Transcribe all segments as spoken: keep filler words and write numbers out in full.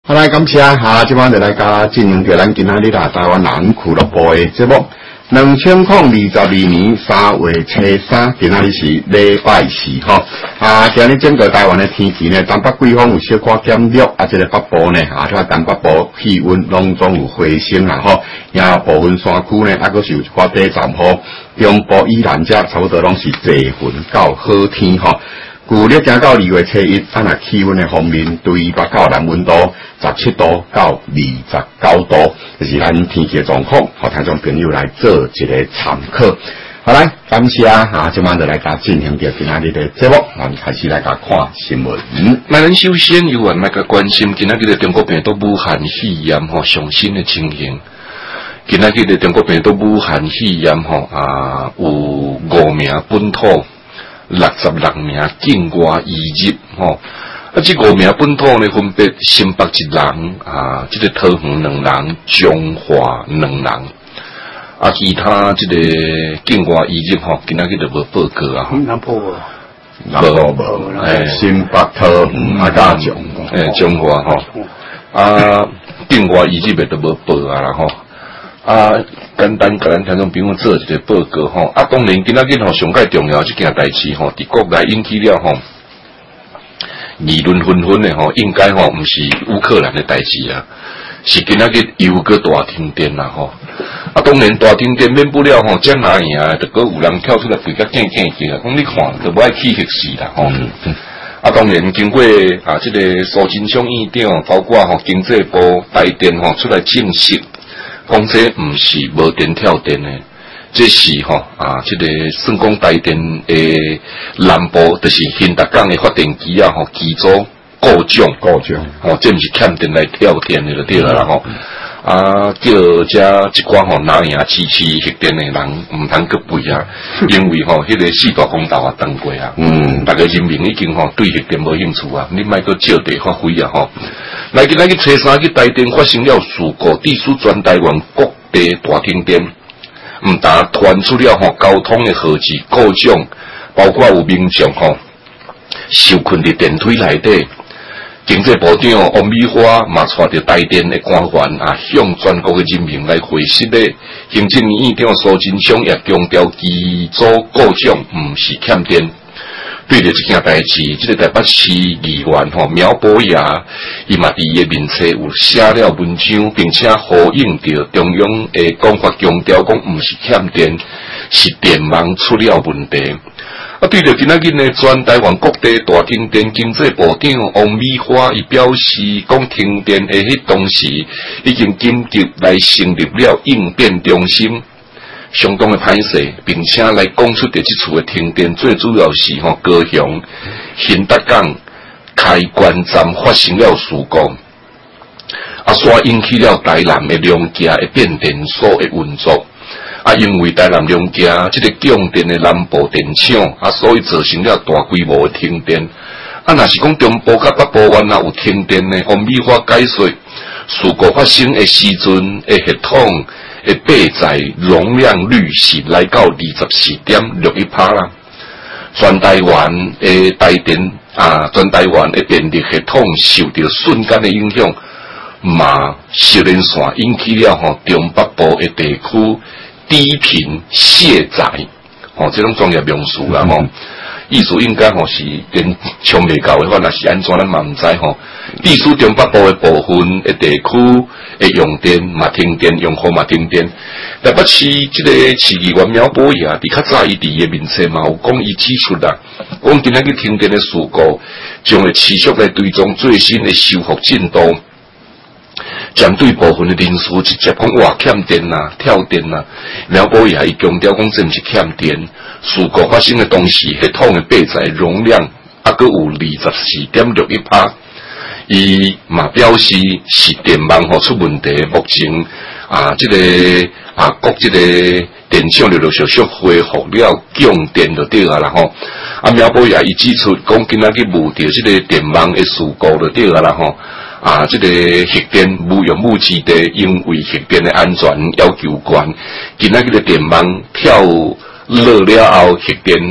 好来，感谢哈，即摆就来甲进行着咱今仔日啦台湾人俱乐部的节目。两千零二十二年三月初三，今仔日是礼拜四吼。啊，今日整个台湾的天气呢，东北季风有小可减弱，啊，这个北部呢，啊，这个东北部气温拢总有回升啦吼。也部分山区呢，啊，佫是有一寡短暂雨。中部以南遮差不多拢是侪云到好天吼。旧历行到二月初一，啊，若气温的方面，对北到南温度十七度到二十九度，就是咱天气的状况，互听众朋友来做一个参考。好来，感谢啊，今晚就来甲进行着今仔日的节目，咱开始来甲看新闻。 那咱首先有人来甲关心今仔日的中国病毒武汉肺炎吼上新的情形。今仔日的中国病毒武汉肺炎吼啊，有五名本土。六十六名境外移入吼，啊，这五名本土呢分别新北一人啊，这个桃园两人，中华两人，啊，其他这个境外移入吼，今仔日就无报告啊。 南部无，南部无，诶，新北、桃园啊，加中， 诶，中华吼，啊，境外移入的都无报啊啦吼。啊，简单甲咱听众朋友做一个报告吼。啊，当然今仔日吼上界重要这件代志吼，伫国内引起了吼议论纷纷的吼，应该吼毋是乌克兰的代志啊，是今仔日又个大停电啦吼。啊，当然大停电免不了吼，将哪样啊，就个有人跳出来规个见见见啊，讲你看就无爱去核试啦吼。嗯嗯啊，当然经过啊，这个苏贞昌院长，包括吼经济部台电吼出来证实。讲这毋是无电跳电的，这是吼啊，这个算讲台电诶南部，就是新达港的发电机啊，吼机组故障， 故障， 吼这毋是欠电来跳电的就对了啦吼。啊，叫遮一寡吼哪样支持核电的人毋通去背啊，因为吼迄个四大公道啊登过啊，嗯，大家人民已经吼对核电无兴趣啊，你莫搁照地发挥啊吼。来今仔日初三去台电发生了事故，地属全台湾各地大停电，毋但传出了吼交通的号志故障，包括有民众吼受困伫电梯内底。经济部长王美花嘛带着台电的官员啊，向全国的人民来回信咧。行政院长苏贞昌也强调，机组故障毋是欠电。对着这件代志，这个台北市议员吼苗博雅，伊嘛伫伊的面册有写了文章，并且呼应着中央的讲法，强调讲毋是欠电，是电网出了问题。啊，对着今仔日呢，全台湾各地大停电，经济部长王美花伊表示，讲停电的迄当时已经紧急来成立了应变中心。相当的歹势，并且来讲出着即次的停电，最主要是吼高雄新达港开关站发生了事故，啊，所引起了台南的两家的变电所的运作，啊，因为台南两家即个供电的南部电厂，啊，所以造成了大规模的停电。啊，若是讲中部甲北部原来有停电呢，王美花解说事故发生的时阵的系统。诶，备载容量率是来到二十四点六一趴啦。全台湾诶台电啊，全台湾诶电力系统受到瞬间的影响，嘛小连线引起了吼中北部诶地区低频卸载，吼、哦、这种专业名词啦吼。意思应该吼是跟冲未到的话，若是安怎咱嘛毋知吼。地属中北部的部分的地区的用电嘛停电，用户嘛停电。台北市这个市议员苗博雅，伫较早伊伫伊的面册嘛有讲伊指出啦，讲今仔日停电的事故将会持续来追踪最新的修复进度。针对部分的人士直接讲哇欠电啦、跳电啦，苗博雅伊强调讲这毋是欠电，事故发生的当时系统的备载容量啊，佮有二十四点六一趴。伊嘛表示是电网吼出问题，目前啊，这个啊各这个电厂陆陆续续恢复了供电就对啊啦吼。啊苗博雅伊指出，讲今仔日遇到这个电网的事故就对啊啦吼。啊，这个核电无用武之地，因为核电的安全要求高，今仔日的电网跳落了后，核电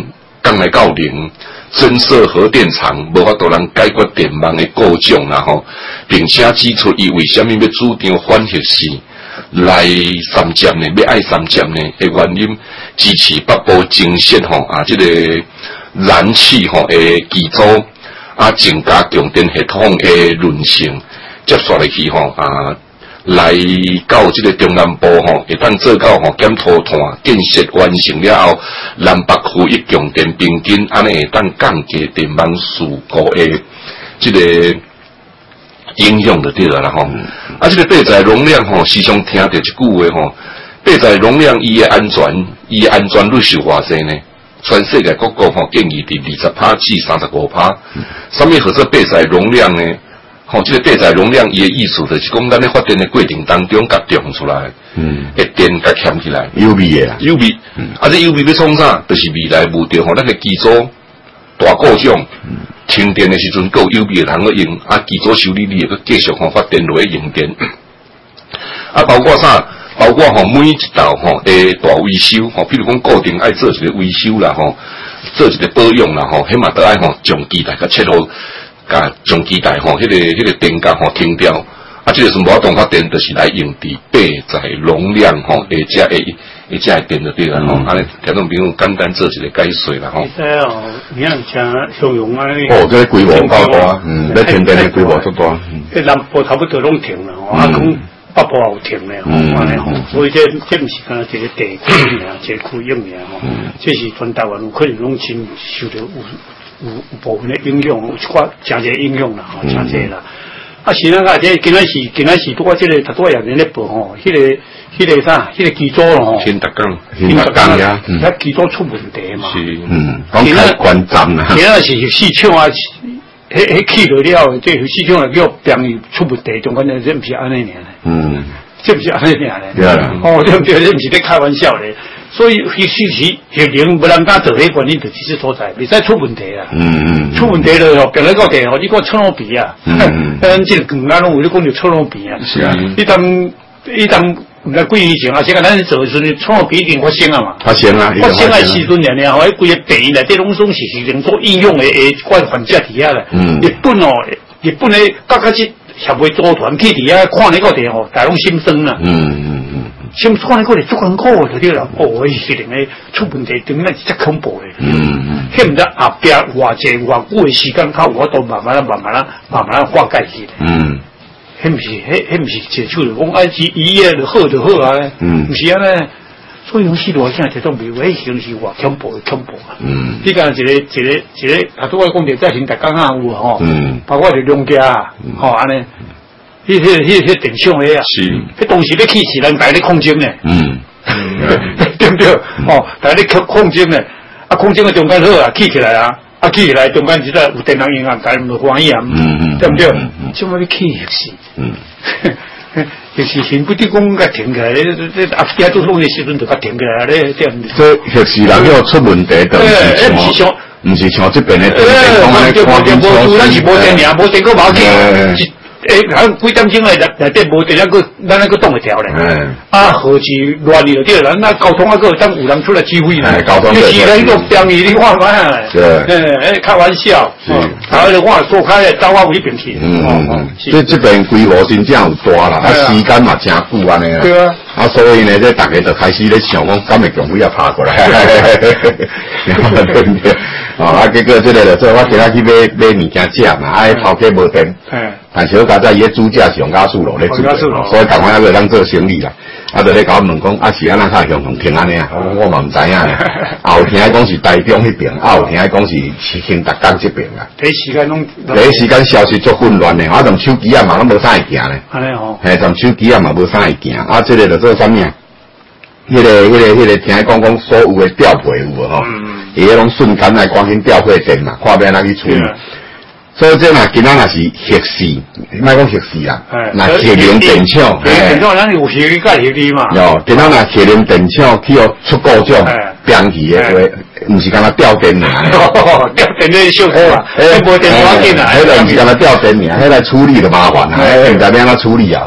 讲来到零，增设核电厂无法度人解决电网的故障啦吼，并且指出伊为虾米要主张反核试来三接呢？要爱三接呢？的原因支持北部增设吼啊，这个燃气吼的基础啊，增加供电系统的韧性，接续落去吼啊。来到这个中南部吼，会当做到吼检讨团建设完成了后，南北区域供电平均，安尼会当降低电网事故的这个影响就对了啦吼。啊，这个备载容量吼，时常听到一句话吼，备载容量伊的安全，伊的安全率是偌济呢？全世界各国吼建议伫二十趴至三十五趴，什么合作备载容量呢？吼、哦，这个备载容量伊的意思就是讲，咱咧发电的过程当中，甲调出来，嗯，个电甲欠起来， 有味的啦， 有味，嗯，啊，这有味要创啥？就是未来目标吼，咱个基础大故障，嗯，停电的时阵够有味的通去用，啊，基础修理你个继续吼发电落去用电，啊，包括啥？包括吼、哦、每一道吼诶大维修，吼、哦，比如讲固定爱做一个维修啦，吼、哦，做一个保养啦，吼、哦，起码都爱吼将基台甲切好。甲将基台吼，迄、那个迄、那个电价吼停掉，啊，这个是无法动发电，就是来用伫备载容量吼，或者诶，或者电就对啦吼。安尼听众朋友简单做一个解说啦吼。 即哦，你看像相用啊， 哦，这个规模够大，嗯，咧停电的规模足大。 即南部差不多拢停啦，吼，啊，讲北部也有停咧，吼，安尼吼，所以这这毋是干一个地区尔，一个区域尔吼，这是全台湾有可能拢真受到有。有有部分的影响，有一寡真侪影响啦，吼，真侪啦。啊，是那个这今仔是今仔是拄啊，这个头拄也人咧报吼，迄个迄个啥，迄个基础咯吼。 新达港， 新达港呀， 遐基础出问题嘛。 是， 嗯，讲开关站啦。 今仔是市场啊，迄迄起落了，这市场啊叫病伊出问题，中间这毋是安尼尔。嗯，这毋是安尼尔咧。对啦。哦，对不对？这毋是咧开玩笑咧。所以其实是疫情不能敢做迄原因，就只是所在，未使出问题啊。嗯嗯。出问题了吼，病来到地吼，你讲臭老鼻啊，嗯，咱即个更加拢有咧讲着臭老鼻啊。是啊。你当你当毋知几年前啊，现在咱做时阵，臭老鼻已经发生啊嘛。 发生啊。 发生的时阵尔呢，吼，迄规个病内底拢总是是能做应用的诶，关患者伫遐咧。嗯。日本哦，日本诶，各个即协会组团去伫遐看咧个地吼，大拢心酸啦。嗯嗯嗯。先看你个嚟足艰苦就对啦，哦，是令诶出问题，对面是真恐怖诶。嗯嗯，迄毋知后壁偌济偌久诶时間，靠我都慢慢啦、慢慢啦、慢慢啦化解去。嗯，迄毋是，迄迄毋是接觸嚟講，啊，是醫嘅就好就好啊咧。嗯，毋是安尼，所以講死偌聲，就都袂為形是偌恐怖嘅恐怖啊。嗯，你講一個一個一個，啊，拄我講着在新達港啊有吼，嗯，包括係農家啊，吼安尼。迄、迄、迄、迄電廠誒啊，是，迄當時要起時，人大咧控制呢，嗯，對唔對？哦，大咧控控制呢，啊，控制嘅中間好啊，起起來啊，啊，起起來中間只係有電能影響，大家唔歡喜啊，嗯嗯，對唔對？做乜要起核時？嗯，就是先不啲講甲停起來，咧阿爹都弄嘅時陣就甲停起來咧，對唔對？ 這核時人要出問題，就唔是像，唔是像這邊嘅電工咧，看見錯， 咱是無電呀，無電個冇緊。誒，咱幾點鐘嚟內底無地，咱個咱那個動會調咧。嗯。啊，何其亂了啲人，那交通啊個當有人出來指揮咧。交通。你是人個病醫，你看嘛？是。誒誒，開玩笑。是。然後就我做開咧，走我嗰邊去。嗯嗯嗯。 所以這邊規模真正有大啦，啊時間嘛真久安尼啦。對啊。啊，所以呢，即大家就開始咧想講，敢會強尾啊爬過來。對唔對？哦，啊，結果即個就做我今仔去買買物件食嘛，啊，頭家無電。嗯。但是我家在伊個主價是用加速爐咧做，所以趕快還要當做生意啦。啊，就咧甲我問講，啊是安怎較向向聽安尼啊？我嘛毋知影咧。啊，有聽講是台中迄邊，啊有聽講是是興達港這邊啊。 第一時間攏， 第一時間消息足混亂咧，啊，連手機啊嘛攏無啥會行咧。安尼吼。嘿，連手機啊嘛無啥會行，啊，這個就做啥物啊？迄個、迄個、迄個，聽講講所有嘅調配有無吼？嗯。伊迄種瞬間來趕緊調配電嘛，看要安怎去處理。所以這若今仔若是核試，莫講核試啦，若核能電廠， 電廠咱有核理甲核理嘛。有， 今仔若核能電廠去互出故障、病去誒話，毋是干那吊電爾。 吊電咧小可啊，迄無電話緊啊， 迄個毋是干那吊電爾，迄來處理就麻煩啊，迄毋知要安怎處理啊吼。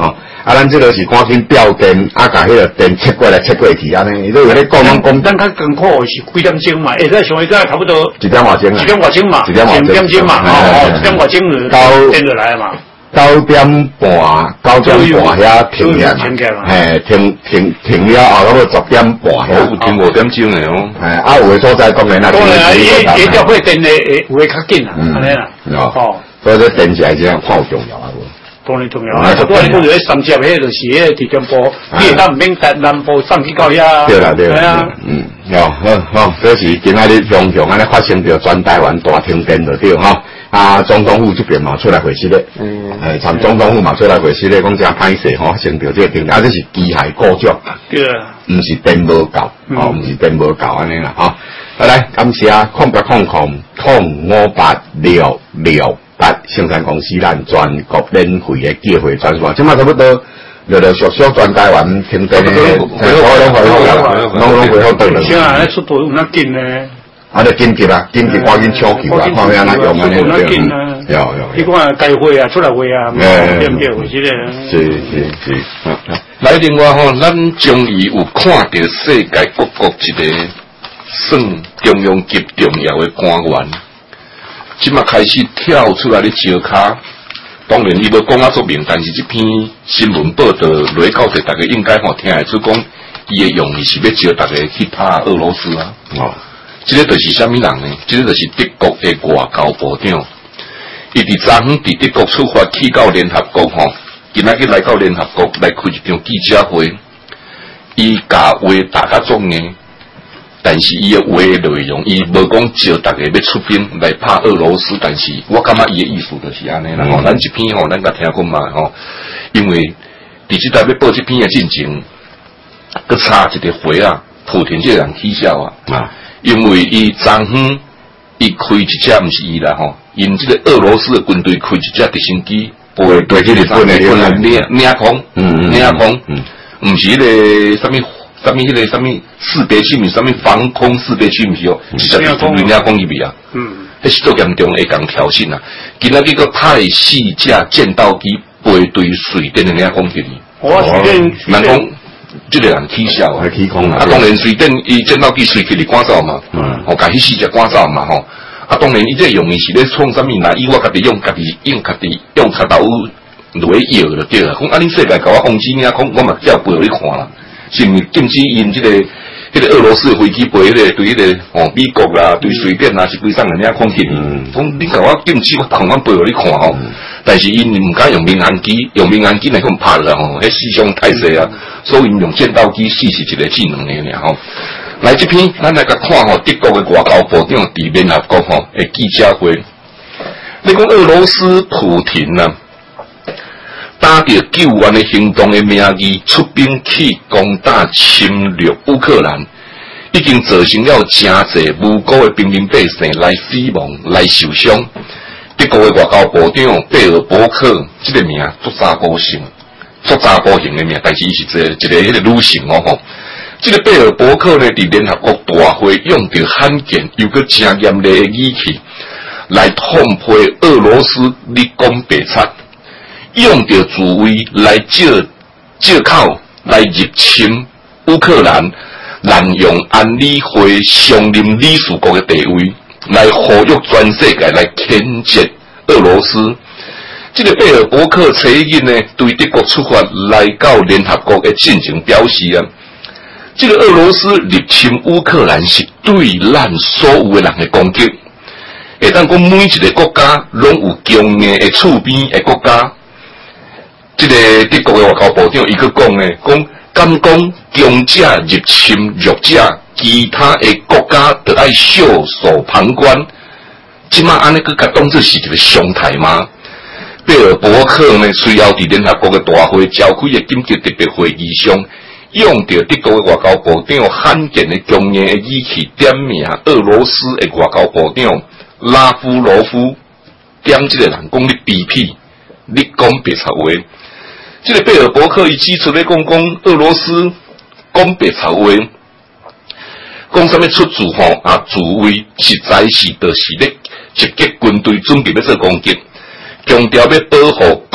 啊，咱这个是赶紧吊电，啊，把迄个电切过来切过去安尼，伊都有咧讲讲讲。 咱较艰苦是几点钟嘛？下早上下早差不多一点外钟啊， 一点外钟嘛， 一点外钟嘛，哦哦，一点外钟就到电就来嘛。 九點半，九點半遐停嘅，嘿，停停停了後，嗰個十點半遐， 停五點鐘嘅哦。 係啊，有嘅所在當然啦， 當然啊，伊伊條會電嘅會較緊啊，安尼啦。 哦，所以這電視係真係好重要啊！ 當然重要啊！當然，不如三接迄就是迄地中波，你咱唔免南南部上去到遐。 對啦，對啦，嗯，哦，好好，這是今仔日雄雄安尼發生着全台灣大停電就對吼。啊，總統府這邊嘛出來回釋咧，嗯，誒，參總統府嘛出來回釋咧，講真歹勢吼，成着這個停電，啊，這是機械故障， 對啊， 唔是電無夠，哦，唔是電無夠安尼啦，吼，好來，感謝空八空空空五八六六八生產公司咱全國免費嘅機會轉換，即嘛差不多略略熟熟全台灣停電嘅，所有攏恢復啦，攏攏恢復到啦。 像啊，速度有那緊呢？ 啊！就緊急啊，緊急趕緊搶救啊，看咩哪用啊？對，有有。 你講開會啊，出來會啊，對唔對？是咧。 是是是。 來另外吼，咱終於有看到世界各國一個算中央級重要嘅官員，即馬開始跳出來咧招卡。當然，伊無講啊足明，但是這篇新聞報道落到者，大家應該吼聽得出講，伊嘅用意是要招大家去打俄羅斯啊。哦。這個就是啥物人呢？這個就是德國的外交部長，伊佇昨昏佇德國出發去到聯合國吼，今仔日來到聯合國來開一場記者會，伊甲話大家總嘅，但是伊嘅話內容，伊無講叫大家要出兵來拍俄羅斯，但是我感覺伊嘅意思就是安尼啦。吼、嗯，咱這篇吼，咱甲聽講嘛吼，因為佇即台要報這篇嘅進程，佮差一個回啊，莆田這個人起笑啊。啊因為伊昨昏伊開一隻毋是伊啦吼，因即個俄羅斯嘅軍隊開一隻直升機飛對即日本嘅本來領領空，嗯領空，嗯，毋是迄個啥物啥物迄個啥物識別區，毋是啥物防空識別區，毋是哦，是啥物領空入面啊，嗯，迄是足嚴重會講挑釁啊，今仔日個派四隻戰鬥機飛對瑞典嘅領空去哩， 我瑞典， 人講。這個人起笑啊，起空啊！啊，當然瑞典伊戰鬥機隨佢哋趕走嘛，嗯，哦，甲迄四隻趕走嘛，吼！啊，當然伊這用意是咧創啥物啦？伊我家己用家己用家己用腳頭落去搖就對啦。講啊，恁世界甲我控制領空，我嘛照背落去看啦。是毋是禁止因即個迄個俄羅斯飛機飛迄個對迄個哦美國啦，對瑞典啦是規上人領空去？嗯，講恁甲我禁止我同款背落去看吼。但是因毋敢用民航機，用民航機來咁拍啦吼，迄死傷太細啊，所以因用戰鬥機試是一個技能嘅爾吼。來這篇，咱來甲看吼，德國嘅外交部長佇聯合國吼嘅記者會，你講俄羅斯普廷啊，打着救援嘅行動嘅名義出兵去攻打侵略烏克蘭，已經造成了真濟無辜嘅平民百姓來死亡、來受傷。德國嘅外交部長貝爾伯克，這個名足查甫性、足查甫型嘅名，但是伊是一個一個迄個女性哦吼。這個貝爾伯克呢，佇聯合國大會用着罕見又個真嚴厲嘅語氣來痛批俄羅斯立功白賊，用着自衛來借借口來入侵烏克蘭，濫用安理會常任理事國嘅地位。來呼籲全世界來譴責俄羅斯。這個貝爾伯克前日呢，對德國出發來到聯合國嘅進程表示啊，這個俄羅斯入侵烏克蘭是對咱所有嘅人嘅攻擊。會當講每一個國家攏有強硬嘅厝邊嘅國家。這個德國嘅外交部長伊佢講呢，講敢講強者入侵弱者。其他嘅國家就愛袖手旁觀，即馬安尼佢甲當作是一個常態嗎？貝爾伯克呢，隨後佇聯合國嘅大會召開嘅緊急特別會議上，用着德國嘅外交部長罕見嘅強硬嘅語氣點名俄羅斯嘅外交部長拉夫羅夫，點這個人講你卑鄙，你講白賊話。這個貝爾伯克伊指出咧講講俄羅斯講白賊話。講啥物出自吼啊？自衛實在是就是咧襲擊軍隊準備要做攻擊，強調要保護講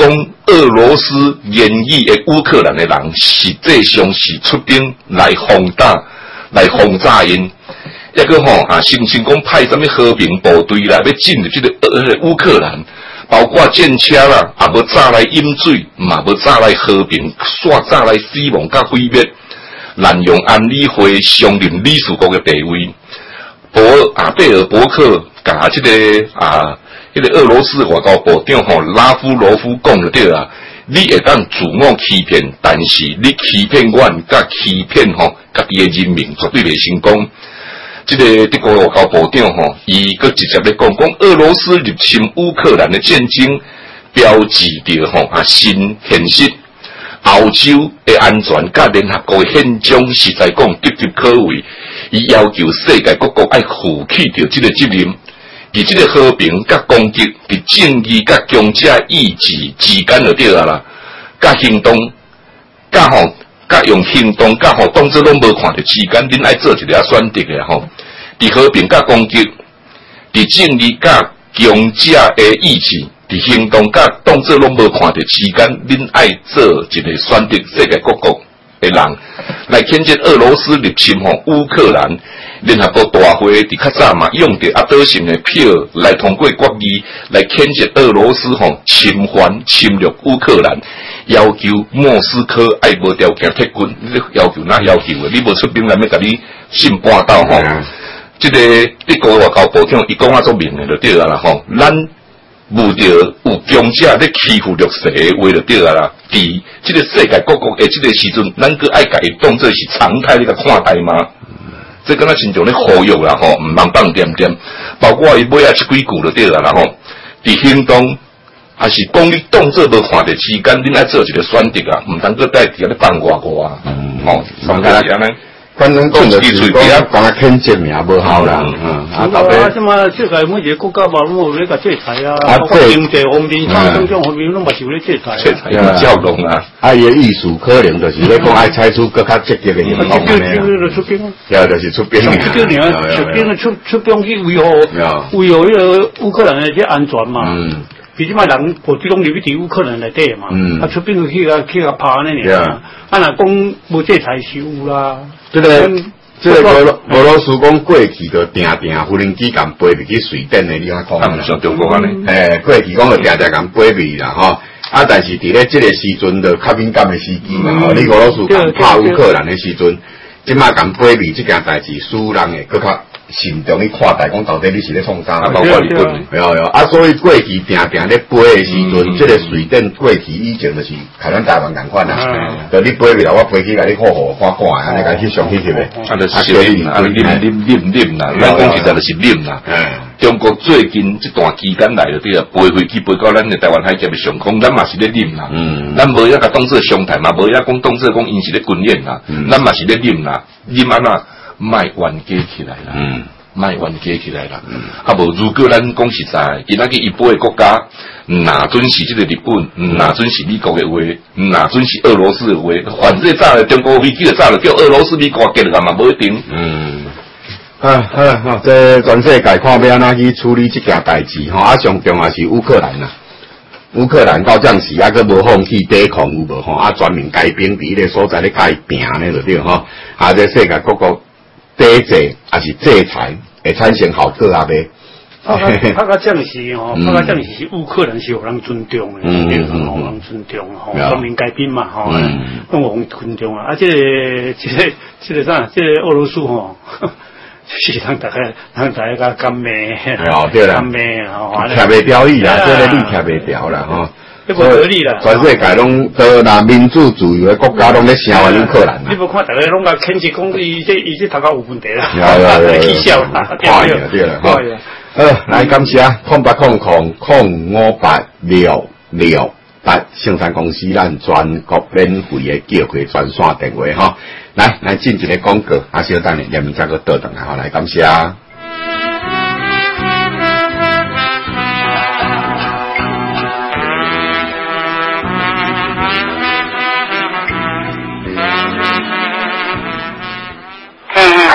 俄羅斯言語的烏克蘭的人實際上是出兵來轟打、來轟炸因，一個吼啊，聲稱講派什麼和平部隊來要進入這個呃烏克蘭，包括戰車啦，也無炸來飲水，嘛無炸來和平，煞炸來死亡甲毀滅，濫用安理會常任理事國嘅地位。博啊貝爾伯克甲這個啊。迄個俄羅斯外交部長吼拉夫羅夫講就對啦，你會當自我欺騙，但是你欺騙阮甲欺騙吼家己嘅人民絕對袂成功。這個德國外交部長吼，伊閣直接咧講講俄羅斯入侵烏克蘭嘅戰爭，標誌着吼啊新現實。歐洲嘅安全甲聯合國嘅憲章實在講岌岌可危，伊要求世界各國愛負起着這個責任。而這個和平甲攻擊，佇正義甲強者意志之間就對啊啦，甲行動，甲吼，甲用行動，甲吼當作攏無看到之間，恁愛做一個選擇嘅吼。佇和平甲攻擊，佇正義甲強者嘅意志，佇行動甲當作攏無看到之間，恁愛做一個選擇，世界各國嘅人來譴責俄羅斯入侵吼烏克蘭。聯合國大會佇較早嘛，用着壓倒性的票來通過決議，來譴責俄羅斯吼侵犯侵略烏克蘭，要求莫斯科愛無條件撤軍，你要求哪要求的？你無出兵，咱要甲你信半道吼。這個德國外交部長伊講啊，足明的就對啊啦吼，咱遇着有強者咧欺負弱勢的話就對啊啦。佇這個世界各國的這個時陣，咱閣愛甲伊當作是常態咧個看待嗎？這敢若親像咧呼籲啦吼，毋通放點點，包括伊尾啊一幾句就對啦啦吼。佇行動還是講你當做無看着時間，恁愛做一個選擇啊，毋通閣帶佇咧放外國啊。嗯，吼，上個是安尼。 反正講就是講，講啊譴責名無效啦。嗯， 啊，到尾什麼世界每一個國家嘛，攏有咧個制裁啊。啊，這經濟方面、種種方面攏嘛是有咧制裁。 制裁有教動啊。 啊，伊個意思可能就是咧講愛採取更較積極嘅行動咧。 出兵。 對，就是出兵。 出兵啊！出兵出出兵去維護維護迄個烏克蘭嘅啲安全嘛。嗯。比即賣人部隊攏入去佇烏克蘭內底嘛。嗯。啊，出兵去個去個拍呢爾。啊。啊，若講無制裁是有啦。 這個這個俄羅俄羅斯講過去就定定無人機咁飛入去瑞典的，你看看。 啊，像中國安尼。 誒，過去講就定定咁飛入啦，吼。啊，但是佇咧這個時陣就較敏感的時機嘛，吼。你俄羅斯咁拍烏克蘭的時陣，即馬咁飛入這件代志，使人誒更較慎重去看待，講到底你是咧創啥？包括日本，有有。啊，所以過去定定咧飛的時陣，這個瑞典過去以前就是台灣台灣共款啦。就你飛入來，我飛機甲你看好看看，安尼甲去上去去咧。 啊，就是啉啦，啉啉啉啉啦，咱講實在就是啉啦。中國最近這段期間來就對啊，飛飛機飛到咱的台灣海峽的上空，咱嘛是咧啉啦。嗯。咱無一個當作商談嘛，無一個講當作講因是咧軍演啦。嗯。咱嘛是咧啉啦，啉安那賣冤家起來啦。嗯。賣冤家起來啦。嗯。啊無，如果咱講實在，今仔日一般的國家，哪准是這個日本，哪准是美國的話，哪准是俄羅斯的話，反正炸了中國飛機就炸了，叫俄羅斯美國結了嘛，無一定。嗯。 啊好，好，這全世界看要安怎去處理這件代志吼，啊上重要是烏克蘭啦，烏克蘭到這時啊，佮無放棄抵抗有無吼，啊全面改兵佇迄個所在咧甲伊拼咧就對吼，啊這世界各國抵制還是制裁會產生效果啊袂？ 啊啊啊！這樣是吼，啊這樣是烏克蘭是互人尊重的，嗯嗯嗯，互人尊重吼，全面改兵嘛吼，攏互人尊重啊！啊這個這個這個啥？這個俄羅斯吼。是通大家，通大家甘罵， 哦對啦， 甘罵吼， 徛袂掉伊啦，這個你徛袂掉啦吼， 你無合理啦。 全世界攏都拿民主自由的國家攏咧聲援烏克蘭。 你無看大家攏甲譴責講伊這伊這頭殼有問題啦， 有有有， 氣笑啦， 對啦對啦，好，好來感謝空八空空空五八六六八生產公司咱全國免費的叫佢專線電話吼。來，來進一個廣告，啊，小等下下面再個倒轉來，好來感謝。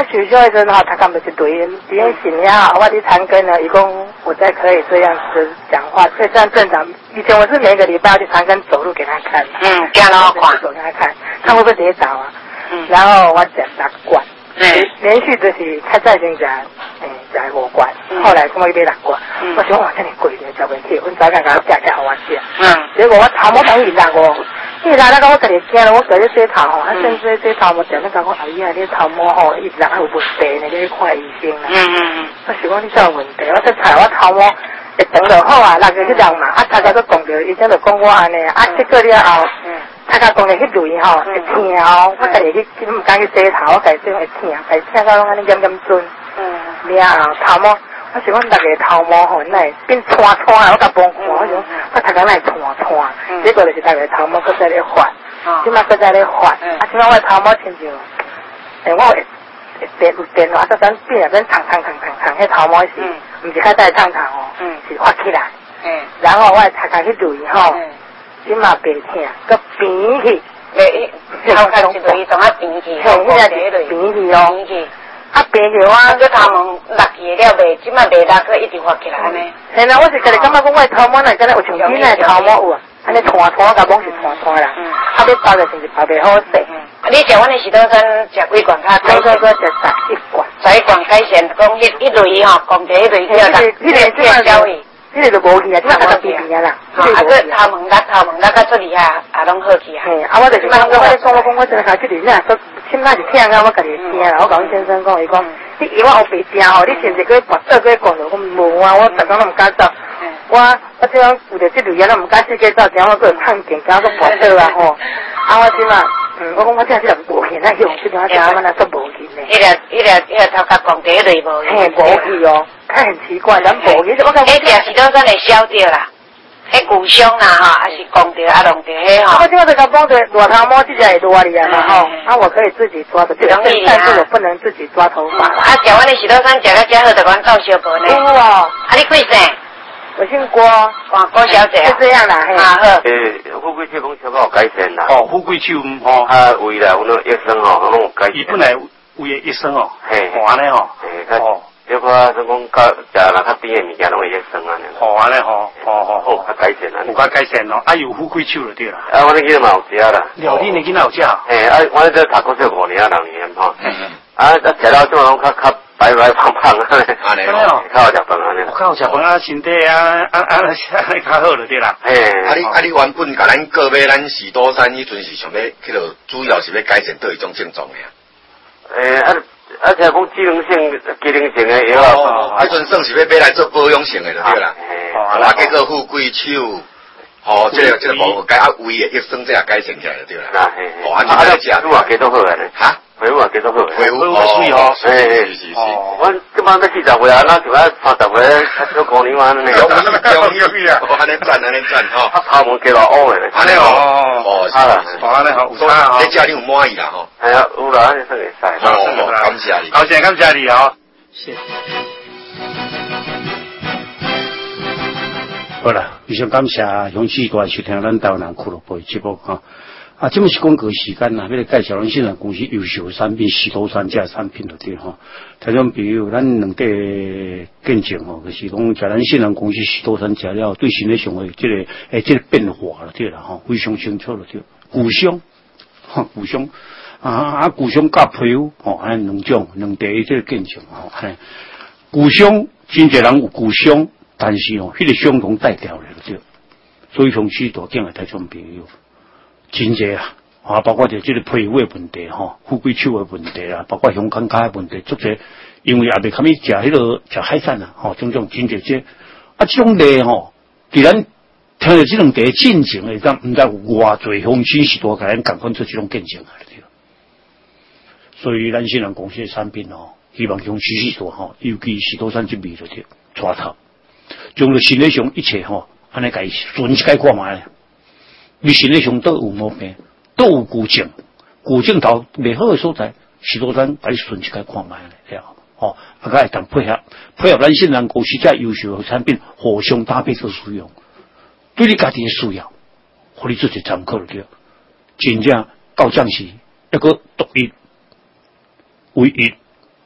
取消的时候，他根本是对别人醒呀，我的长庚呢，一共我才可以这样子讲话，所以这样正常。以前我是每个礼拜要去长庚走路给他看， 嗯，给他看， 走给他看，看会不会跌倒啊？ 嗯， 然后我讲他管， 嗯， 连续就是他在先讲，嗯，讲五罐，后来跟我一杯六罐，嗯，我想哇，这么贵的小问题，我早上给他价钱好我吃，嗯，结果我头毛等伊拉我。伊拉那个我家己惊了，我家己洗头吼，啊，甚至洗头毛整那个我哎呀，你头毛吼一直人有问题呢，你去看医生啦。嗯嗯嗯。我想讲你啥问题？我说查我头毛会长就好啊，那个去人嘛，啊，大家都讲着，医生就讲我安尼，啊，这个了后，大家讲的迄类吼会疼哦，我家己去唔敢去洗头，我家己会疼，会疼到拢安尼严严准。嗯。了后头毛。我想讲大家头毛吼，那变窜窜啊！我甲帮看，我想我头壳那窜窜，结果就是大家头毛搁在咧发，即马搁在咧发，啊！即马我头毛亲像，诶，我会电有电话，啊，咱变啊，咱烫烫烫烫烫，迄头毛是，毋是较早烫烫哦，是发起来，然后我头壳去捋吼，即马白疼，搁平去，诶，头壳是捋从啊平去，嘿，迄个是平去哦。啊，平去我个头毛落去了未，即摆未落去，一直发起来安尼。嘿啦，我是家己感觉讲我头毛若敢若有像囡仔头毛有啊，安尼窜窜，甲讲是窜窜啦。啊，要包就是是包袂好势。啊，你食阮的石头山食几罐较？差不多食十一罐。十一罐改善，讲迄迄类吼，讲者迄类叫啦，迄个即个交易。迄个就无去啊，即摆较变变啊啦。啊，个头毛甲头毛甲较出力啊，也拢好去啊。嘿，啊，我就是讲，我咧讲，我讲我真系去里呢，说起码是听啊，我家己听啦。我甲阮先生讲，伊讲，你以我后背正吼，你甚至去跋倒去讲着，我无啊，我逐工都毋敢走。我我即样有着即类嘢，都毋敢四界走，只我个探险，敢个跋倒啊吼。啊，我即嘛，嗯，我讲我真系是无现在用，即种我真我那都无去呢。迄个迄个迄个头壳讲第一类无去。嘿，无去哦。他很奇怪，咱无去，我感觉。迄条是都咱会消掉啦，迄骨伤啦哈，还是讲着啊弄着迄吼。我即我就讲讲着大头毛，即只会落嚟啊嘛吼，啊我可以自己抓的，但是我不能自己抓头发。啊，食阮的石头山食了真好，就阮到小婆呢。有哦，啊你几岁？我姓郭，郭郭小姐。就这样啦，嘿。啊好。诶，富贵手讲超够改善啦。哦，富贵手吼。啊，为了阮个医生吼，拢改。伊本来为医生哦。嘿。安尼吼。嘿。哦。要看说讲较食人较甜的物件，拢会益生安尼。好安尼吼，好好好，较改善安尼。有较改善咯，啊有富贵手就对啦。啊，我那囡仔嘛有食啦。了，你那囡仔有食？嘿，啊，我这读国小五年啊，六年吼。啊，啊食到种拢较较白白胖胖安尼。安尼哦，较好食饭安尼。较好食饭啊，身体啊啊啊，较好就对啦。嘿，啊你啊你原本甲咱告买咱士多山迄阵是想要，迄落主要是要改善倒一种症状的啊。诶啊。而且讲机能性、机能性的药啊，啊，迄阵算是要买来做保养性的就对啦。啊，结果富贵手，哦，这个这个无改啊，胃的益生这也改善起来就对啦。哦，安尼来食，恢复啊，几多好安尼？哈？恢复啊，几多好？恢复啊，水哦，是是是。我今晚要四十岁啊，那就要三十岁，小姑娘安尼。有有有有啊！安尼赞安尼赞吼。啊，头毛加落乌的。安尼哦。哦，是啦。哦，安尼好，有啥吼？你食你有满意啦吼？哎呀，有啦，安尼算会使。哦，感谢你。感谢感谢你哦。谢谢。好啦，非常感谢乡亲大收听咱台湾人俱乐部节目哈。啊，这么是广告时间啦，要来介绍咱现在公司优秀的产品，石头山这产品就对哈。听众朋友，咱两个见证吼，就是讲，在咱现在公司石头山食了，对身体上的这个诶，这个变化了对啦哈，非常清楚了对。骨伤，哈骨伤啊啊骨伤加皮肤吼，安两种两地这个见证吼，嘿，骨伤真侪人有骨伤，但是哦，迄个伤痛带掉了对，所以从许多见的听众朋友。真济啊，啊，包括就这个皮肤的问题吼，富贵手的问题啦，包括香港脚的问题，足济，因为也未堪咪食迄个食海产啊，吼，种种真济这啊，这种类吼，既然听到这种地进程的，咱唔知有偌侪风险是多，甲咱赶快做这种见证啊，对。所以咱新人公司的产品哦，希望用许许多吼，尤其是多山这味就对，抓头，将了身体上一切吼，安尼解顺一解看卖。你身体上都有毛病，都有骨症，骨症头未好的所在，许多咱把你顺一解看卖了，哦，啊，个会当配合配合咱现在公司这优秀的产品，互相搭配做使用，对你家己的需要，互你自己参考了对，真正到将是一个独一、唯一、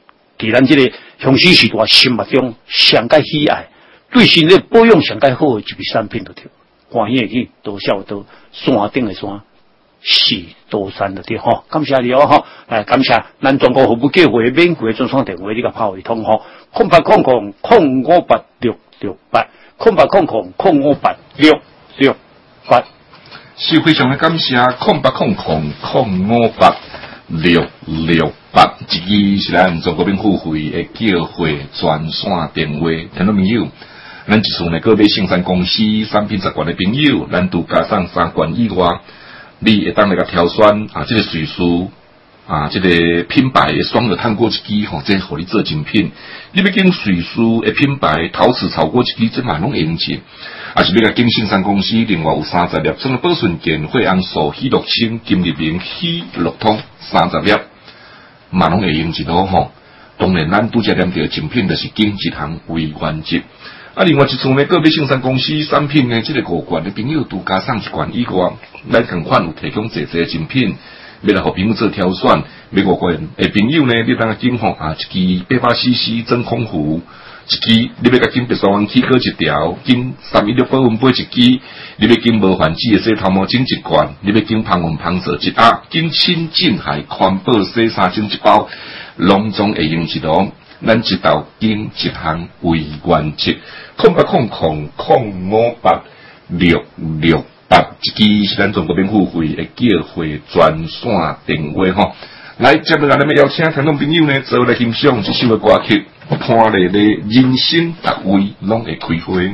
伫咱这个雄狮时代心目中上该喜爱，对身体保养上该好的一笔产品就对。欢喜去多少多山顶的山，是多山的对吼。感谢你哦吼，来感谢咱中国服务协会免费专线电话，你甲拍一通吼，空八空空空五八六六八，空八空空空五八六六八。 是非常的感谢，空八空空空五八六六八，一支是咱中国免付费的叫会专线电话，听到朋友。咱一次呢，个别生产公司产品习惯的朋友，咱都加上三罐以外，你会当来个挑选啊，这个水书啊，这个品牌的双热碳过一支吼，这互你做精品。你要经水书的品牌陶瓷炒过一支，这嘛拢会用钱。啊，是要甲经生产公司另外有三十粒，像个保顺健、惠安素、喜乐清、金立明、喜乐通三十粒，嘛拢会用钱咯吼。当然，咱拄则念着精品，就是经一项为原则。啊，另外一次呢，个别生产公司产品呢，这个五罐的朋友都加上一罐以外，咱同款有提供侪侪精品，要来互朋友做挑选。要五罐的朋友呢，你当个经吼啊，一支八百 C C 真空壶，一支你要甲经白沙湾起哥一条，经三一六保温杯一支，你要经无环脂的洗头毛巾一罐，你要经芳润芳泽一盒，经亲近海环保洗衫巾一包，拢总会用一路。咱一道经一项为原则，空八空空空五八六六八，一支是咱中国免付费的叫会专线电话吼。来，接落来咱要邀请听众朋友呢，做来欣赏这首的歌曲，看咧咧人生各位拢会开花。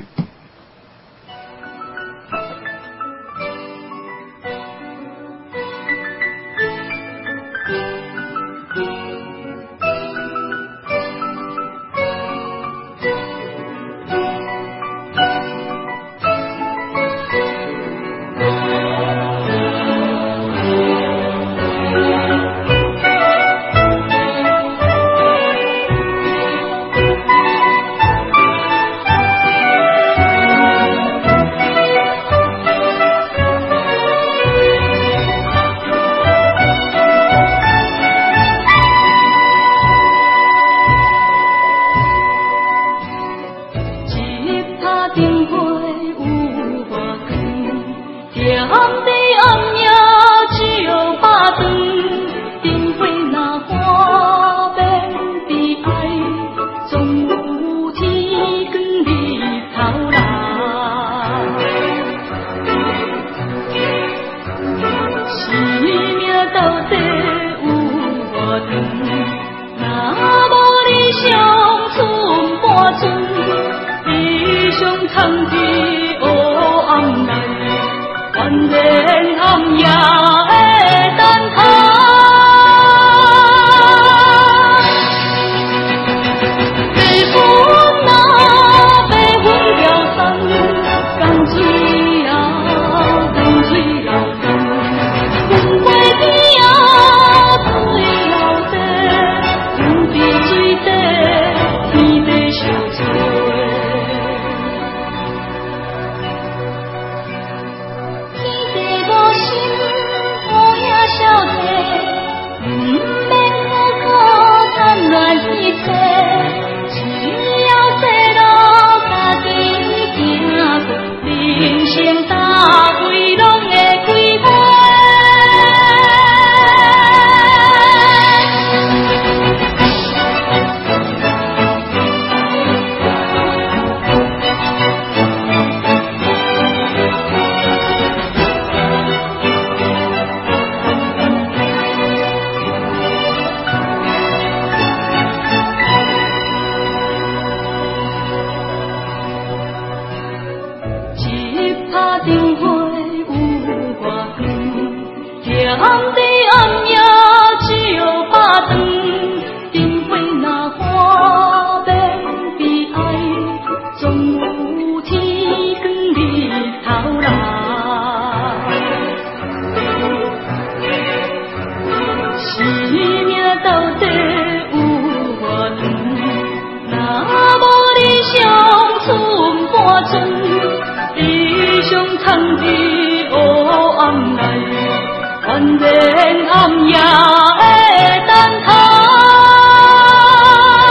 暗夜的灯塔。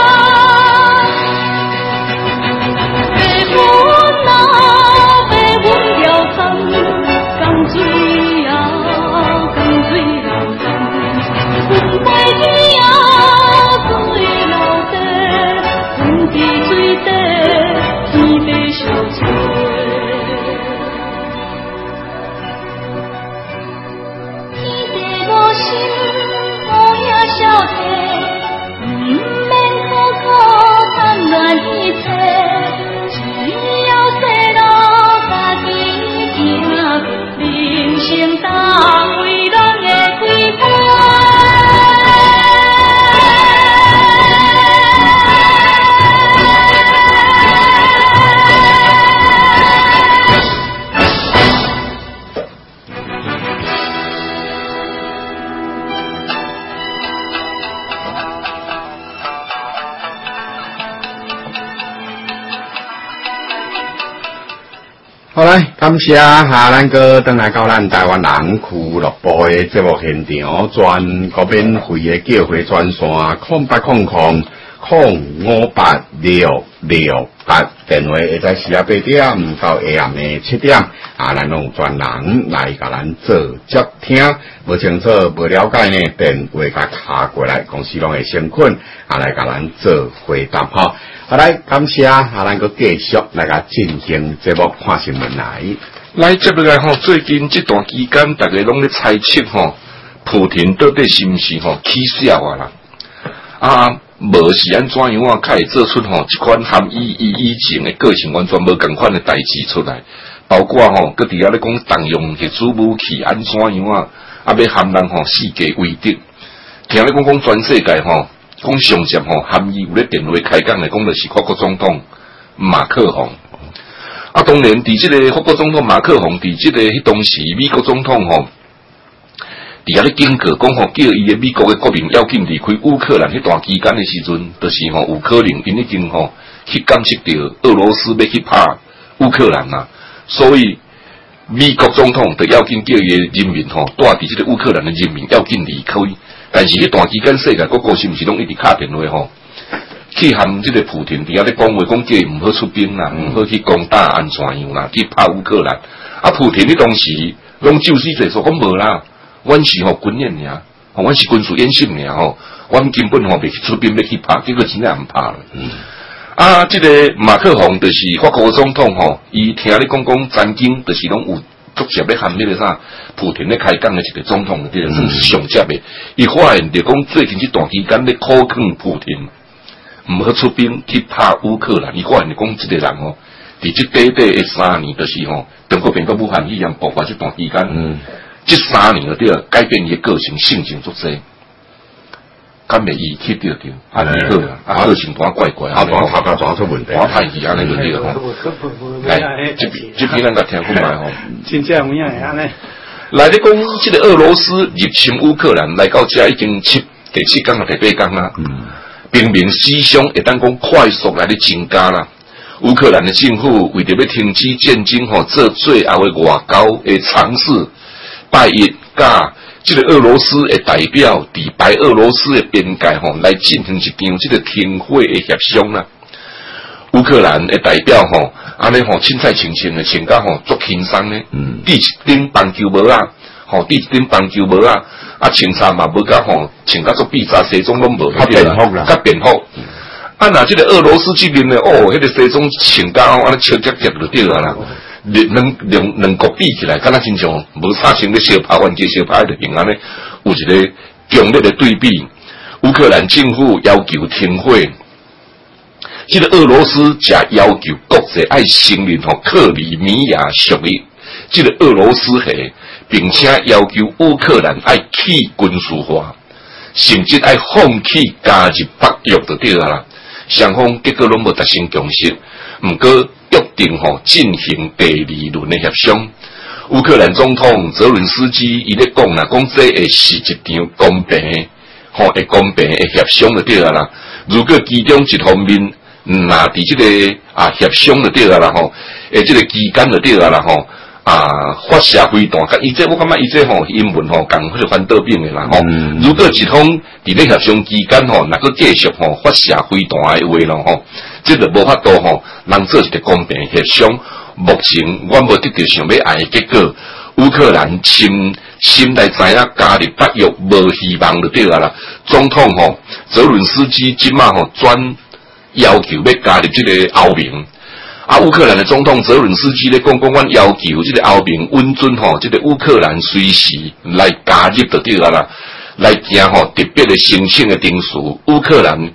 好来，感谢哈，咱个登来到咱台湾人俱乐部的节目现场，全国免费的叫回专线空八空空空五八六六八，电话会在四啊八點到下暗的七點，啊，咱用專人來甲咱做接聽，無清楚無了解呢，電話甲卡過來，公司攏會先困，啊，來甲咱做回答吼。好來，感謝啊，咱個繼續來甲進行節目看新聞來。 來接落來吼，最近這段期間，大家攏咧猜測吼，普丁到底是毋是吼起笑啊啦？啊，無是安怎樣啊？較會做出吼一款含伊伊以前的個性完全無共款的代志出來，包括吼，佮佇遐咧講動用核子武器安怎樣啊？啊，要含人吼世界為敵，聽咧講講全世界吼。講上接吼，含伊有咧電話開講來講，就是法國總統馬克宏。啊，當然，佇即個法國總統馬克宏，佇即個迄當時美國總統吼，佇遐咧警告講吼，叫伊嘅美國嘅國民要緊離開烏克蘭迄段期間嘅時陣，就是吼有可能因已經吼去感覺到俄羅斯要去拍烏克蘭啦，所以美國總統就要緊叫伊嘅人民吼，帶佇即個烏克蘭嘅人民要緊離開。但是迄段期間，世界各國是毋是攏一直敲電話吼，去含即個普丁佇遐咧講話，講叫伊毋好出兵啦，毋好去攻打安怎樣啦，去拍烏克蘭。啊，普丁迄當時攏就是在說講無啦，阮是吼軍演爾，吼阮是軍事演習爾吼，阮根本吼袂去出兵要去拍，結果真係毋拍了。嗯、啊，即、這個馬克宏就是法國總統吼，伊聽你講講曾經就是攏有。足接咧含迄個啥，普丁咧開講嘅一個總統嘅，啲算是上接嘅。伊發現就講最近這段期間咧，苦勸普丁唔好出兵去拍烏克蘭。伊發現就講，這個人哦，佇這短短嘅三年，就是吼，中國變到武漢一樣爆發這段期間，嗯，這三年嗰啲改變伊嘅個性性情足濟。敢袂伊去着着，啊，你好啊，啊，個性單怪怪，啊，單頭殼裝出問題，單太易安尼就對啦吼。來，這這邊咱個聽看賣吼。 真正有影係安尼。 來，你講這個俄羅斯入侵烏克蘭，來到這已經七第七天啊，第八天啦。嗯。平民死傷會當講快速來咧增加啦。烏克蘭的政府為着要停止戰爭吼，做最後的外交的嘗試，拜一甲。這個俄羅斯嘅代表佇白俄羅斯嘅邊界吼，來進行一場這個停火嘅協商啦。烏克蘭嘅代表吼，安尼吼，凊彩清清嘅，穿甲吼足輕鬆咧。嗯。遞一頂棒球帽啊，吼遞一頂棒球帽啊，啊穿衫嘛無甲吼，穿甲足比雜西裝攏無。較便服啦。較便服。嗯、啊，那這個俄羅斯這邊咧，哦，迄、那個西裝穿甲吼，安尼笑夾夾就對啦啦。兩兩兩國比起來，敢若真像無啥成咧小拍，冤家小拍就平安咧，有一個強烈的對比。烏克蘭政府要求停火，這個俄羅斯則要求國際愛承認吼克里米亞屬於這個俄羅斯係，並且要求烏克蘭愛去軍事化，甚至愛放棄加入北約就對啦。雙方結果攏無達成共識，毋過。約定吼進行第二輪的協商。烏克蘭總統澤倫斯基伊咧講啦，講這會是一場公平吼，會公平的協商就對啦。如果其中一方面那佇這個啊協商就對啦吼，誒這個期間就對啦吼啊發射飛彈，甲伊這我感覺伊這吼英文吼共迄個反倒兵的啦吼。嗯、如果一方佇咧協商期間吼，若閣繼續吼發射飛彈的話咯吼。這個無法度吼，人做一個公平協商。目前我無得到想要愛的結果，烏克蘭心心內知影加入北約無希望就對啦。總統吼澤倫斯基即馬吼轉要求要加入這個歐盟。啊，烏克蘭的總統澤倫斯基咧講講，阮要求這個歐盟允准吼，這個烏克蘭隨時來加入就對啦，來行吼特別的申請的定數烏克蘭。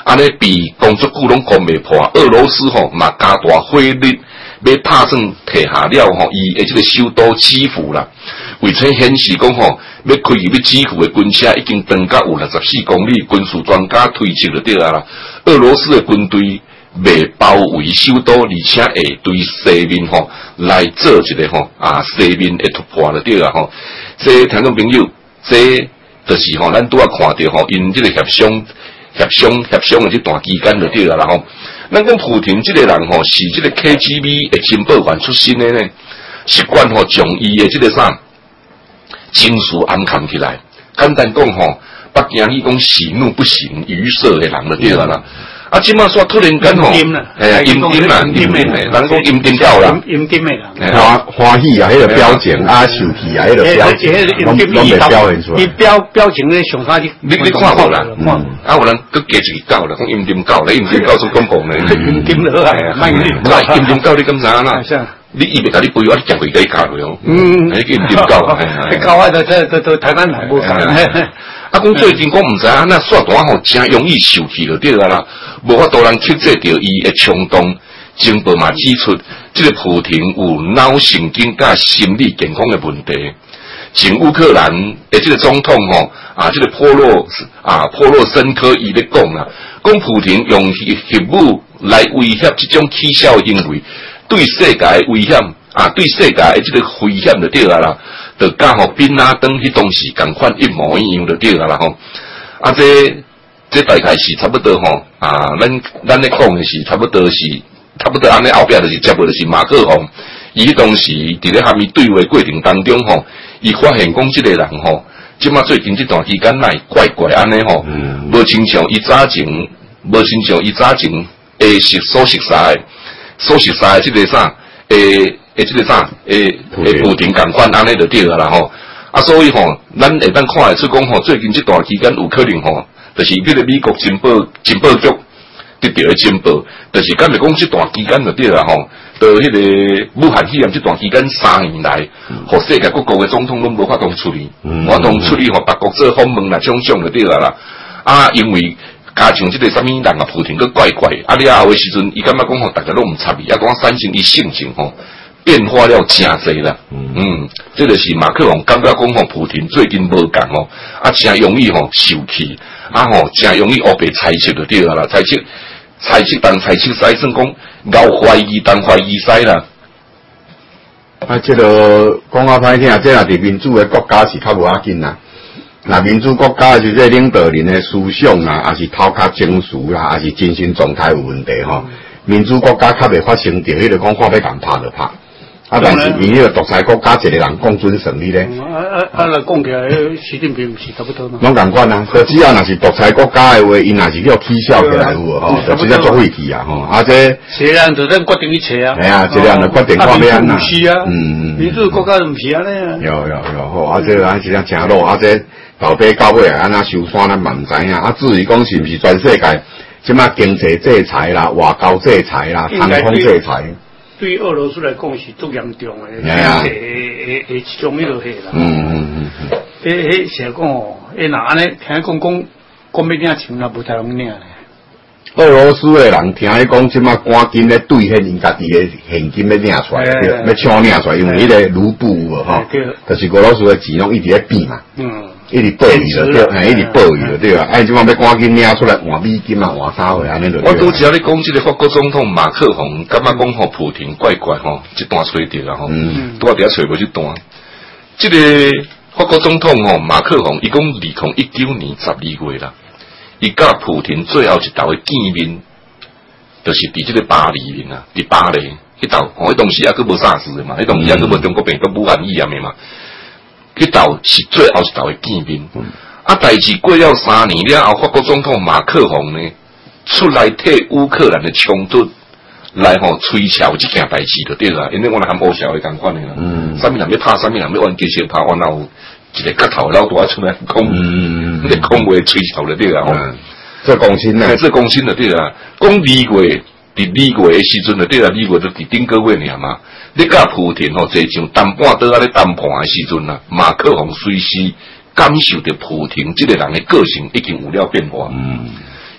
安尼比工作久拢攻袂破，俄羅斯吼嘛加大火力，要拍算摕下了吼，伊诶即個首都基輔啦。為此顯示講吼，要開入去基輔嘅軍車已經長到有六十四公里，軍事專家推測就對啊啦。俄羅斯嘅軍隊未包圍首都，而且會對西面吼來做一個吼啊西面嘅突破就對啊吼。即聽眾朋友，即就是吼，咱拄啊看到吼，因即個協商、協商、協商嘅即段期間就對啊啦吼。咱講普廷即個人吼，是即個 K G B 嘅情報員出身嘅呢，習慣吼將伊嘅即個啥情緒暗藏起來。簡單講吼，北京伊講喜怒不形於色嘅人就對啊啦。啊，即馬說突然間吼，係啊，陰陰啦，陰陰嘅，人講陰陰教啦， 陰陰嘅人， 歡歡喜啊，迄個表情啊，受氣啊，迄個表情，攏攏未表現出來。 伊表表情咧上下啲， 你你看無啦？啊，有人佮加一個教啦，講陰陰教咧，陰陰教做廣告咧， 陰陰落係啊，陰陰教， 陰陰教你咁啥啦？你以為甲你背我夾回家教嚟哦？嗯，係陰陰教， 係教啊，都都都都台灣人冇講。 啊，講最近講毋知影，那刷單吼真容易受氣就對啊啦，無法度人克制着伊嘅衝動。情報嘛指出，即、這個普廷有腦神經甲心理健康嘅問題。前烏克蘭誒，即個總統吼啊，即、這個波洛啊波洛申科伊咧講啦，講普廷用核武來威脅即種起效行為，對世界危險啊，對世界誒即個危險就對啊啦。就甲吼賓拉登迄當時共款一模一樣就對啦啦吼，啊這這大概是差不多吼啊，咱咱咧講嘅是差不多是差不多安尼後壁就是接落就是馬克宏，伊迄當時佇咧蝦米對話過程當中吼，伊發現講即個人吼，即馬最近這段期間來怪怪安尼吼，無親像伊早前，無親像伊早前誒是所熟悉誒，所熟悉誒即個啥誒。誒，即個啥？誒誒，普廷共款安尼就對啦吼。啊，所以吼，咱會當看會出講吼，最近這段期間有可能吼，就是迄個美國情報情報局得到嘅情報，就是敢係講這段期間就對啦吼。到迄個武漢肺炎這段期間三年來，互世界各國嘅總統攏無法度處理，無法度處理互別國做訪問啦，種種就對啦啦。啊，因為加上這個啥物人啊，普廷個怪怪，啊，你後嘅時陣，伊感覺講吼，大家攏唔插伊，啊，講產生伊性情吼。變化了真濟啦，嗯，這個是馬克宏感覺講吼，普廷最近無共吼，啊，真容易吼受氣，啊吼，真容易烏白猜測就對啦，猜測猜測當猜測使算講，咬懷疑當懷疑使啦。 啊，這個講較歹聽，這若佇民主嘅國家是較無要緊啦。嗱，民主國家就這領導人嘅思想啦，還是頭殼情緒啦，還是精神狀態有問題吼。民主國家較未發生着迄個講話要共拍就拍。啊！但是伊迄個獨裁國家，一個人共尊勝利咧。 啊啊啊！來講起來，習近平唔是差不多嘛？ 攏共款啊！所以只要若是獨裁國家嘅話，伊若是叫起笑起來有無吼，就直接做廢去啊！吼，啊這一個人就咱決定一切啊！ 係啊，一個人就決定看要安怎。 是啊，嗯嗯，民主國家就唔是安尼啊。 有有有好，啊這啊是啊正路，啊這到底到尾安怎收山咱嘛唔知影。啊至於講是唔是全世界，即馬經濟制裁啦、外交制裁啦、航空制裁。 對俄羅斯來講是足嚴重嘅，誒誒誒誒，其中一個係啦。嗯嗯嗯嗯。誒誒，成日講哦，誒嗱安尼聽講講講要領錢啦，無太容易領咧。 俄羅斯嘅人聽伊講，即馬趕緊咧兌現因家己嘅現金要領出來，要搶領出來，因為迄個盧布有吼，就是俄羅斯嘅錢攏一直在變嘛。嗯。一直報伊就對，係一直報伊就對啊！哎，即馬要趕緊領出來換美金啊，換啥貨安尼就。 我拄只你講即個法國總統馬克宏，感覺講吼普廷怪怪吼，即段吹掉啦吼，拄我哋一吹無即段。即個法國總統吼馬克宏，伊講二零一九年十二月啦，伊甲普廷最後一道嘅見面，就是佇即個巴黎面啊，佇巴黎迄道，吼，迄當時抑佫無啥事嘅嘛，迄當時抑佫無中國病毒武漢肺炎嘅嘛。迄道是最後一道嘅見面，嗯、啊！代志過了三年了後，法國總統馬克宏呢出來替烏克蘭嘅衝突來吼吹哨即件代志就對啦，因為我哋含烏小嘅共款嘅啦，嗯，啥物人要拍，啥物人要按機械拍，我然後一個角頭老大出來講，嗯，你講話吹哨就對啦，嗯， 這公心啊， 這公心就對啦，講二月。佇二月嘅時陣就對啦，二月就佇頂個月爾嘛。你甲普廷吼坐上談判桌啊咧談判嘅時陣啦，馬克宏隨時感受到普廷即個人嘅個性已經有了變化。嗯，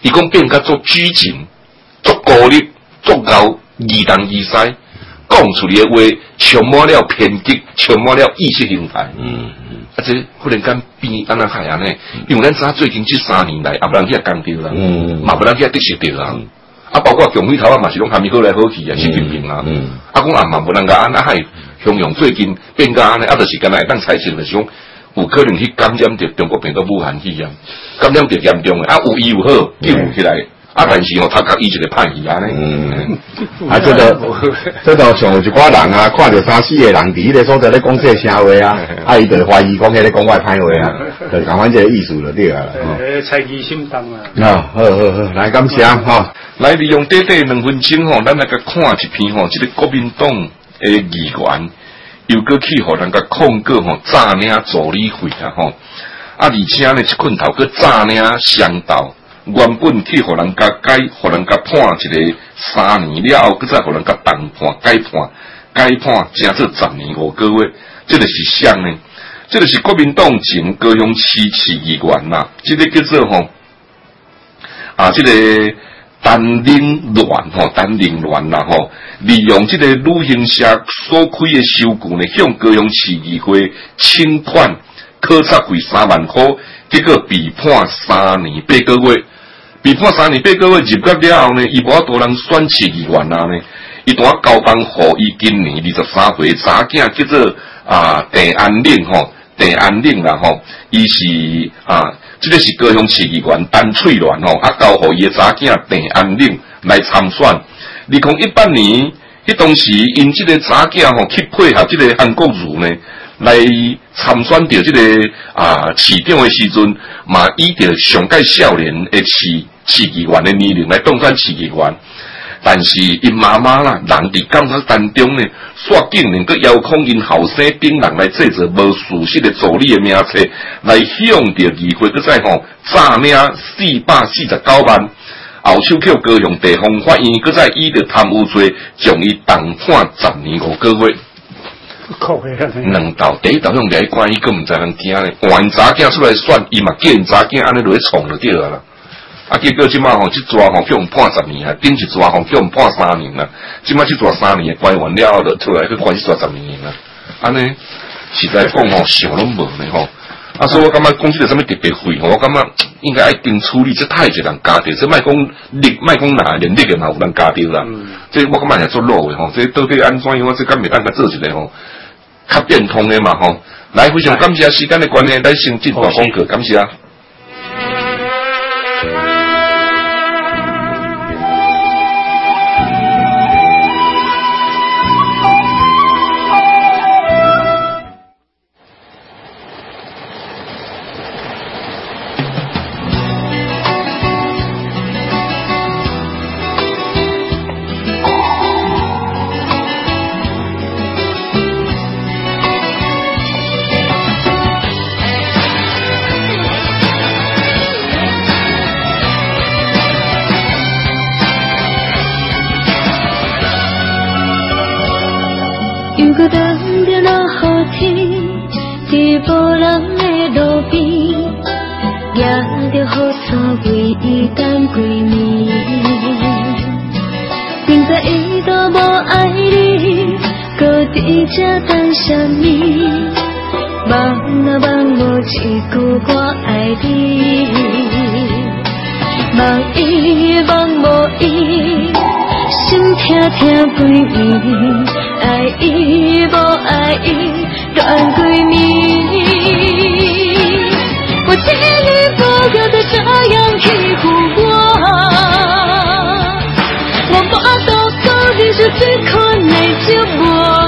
伊讲变甲做拘谨、做孤立、做高、易东易西，讲出嚟嘅话充满了偏激，充满了意识形态。嗯嗯，啊，这忽然间变安那系安尼，因为咱知最近这三年来，也不人去讲着啦，嗯，嘛不人去得实着啦。嗯啊，包括强辉头啊，嘛是拢还没好来好去啊，习近平啦。嗯，啊，讲啊嘛无能个安那海向阳最近变甲安尼，啊，就是干来当猜测就是讲有可能去感染着中国病毒武汉肺炎，感染着严重的，啊有医有好救起来，啊但是吼他甲伊一个歹去安尼。嗯， 啊，这个这个像有一寡人啊，看着三四个人伫迄个所在咧讲这啥话啊，啊伊就怀疑讲迄个讲我歹话啊，就讲反这个意思就对啊。 诶，猜疑心重啊。 啊，好好好，来感谢哈。 来利用短短两分钟吼，咱来甲看一篇吼，即、这个国民党诶议员又搁去互人甲控告吼诈领助理费啊吼，啊而且呢，即棍头搁诈领双斗，原本去互人甲改，互人甲判一个三年了后，搁再互人甲重判改判，改判加做十年五个月，这就是啥呢？这就是国民党前高雄市市议员呐，即、这个叫做吼啊，即、这个。单领乱吼，单领乱啦吼，利用这个旅行社所开的收据呢，向高雄市议会请款考察费三万块，结果被判三年八个月，被判三年八个月入阁了后呢，伊无法度人选市议员啊呢，伊当交帮互伊今年二十三岁查囝叫做啊郑安岭吼，郑安岭啦吼，伊是啊。这个是高雄市议员陈翠鸾吼，啊交互伊的查囝郑安岭来参选。二零一八年，迄当时因这个查囝吼去配合这个韩国瑜呢，来参选着这个啊市长的时阵，嘛以着上届少年的市市议员的年龄来当选市议员。但是因妈妈啦，人伫监察当中呢，煞竟然阁遥控因后生等人来制作无事实的助理的名册，来向着议会阁再吼诈领四百四十九万，后手扣高雄地方法院阁再以着贪污罪，将伊重判十年五个月。两道第一道向来关，伊阁毋知人惊咧，换查囝出来选，伊嘛见查囝安尼落去创就对啦。啊，结果即马吼，即抓吼叫我们判十年啊，顶一抓吼叫我们判三年啦。即马即抓三年，关完了就出来去关去抓十年啦。安尼实在讲吼，想拢无呢吼。啊，所以我感觉讲即个什么特别费吼，我感觉应该爱定处理，这太侪人加着，这莫讲力，莫讲哪连力个嘛有人加着啦。嗯、这我感觉系做路的吼，这到底安怎样？我这敢袂当甲做一个吼，较变通的嘛吼。来，非常感谢时间的关系，来先进大广告，感谢。 又等着落雨天，伫无人的路边，也着雨伞为伊等几年。明知伊都无爱你，搁伫这等啥物？望啊望无一句我爱你，望伊望无伊，心痛痛几年。爱伊无爱伊，乱几年。我请你不要再这样欺负我，我把刀割你是最困难折磨。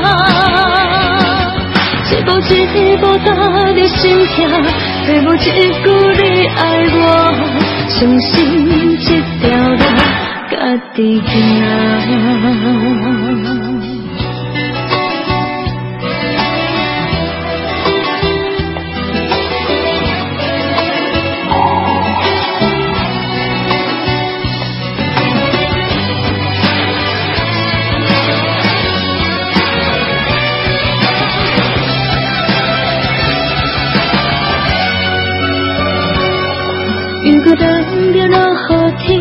一步一步打你心跳，最无一句你爱我，相信这条路家己行。又搁等着落雨天，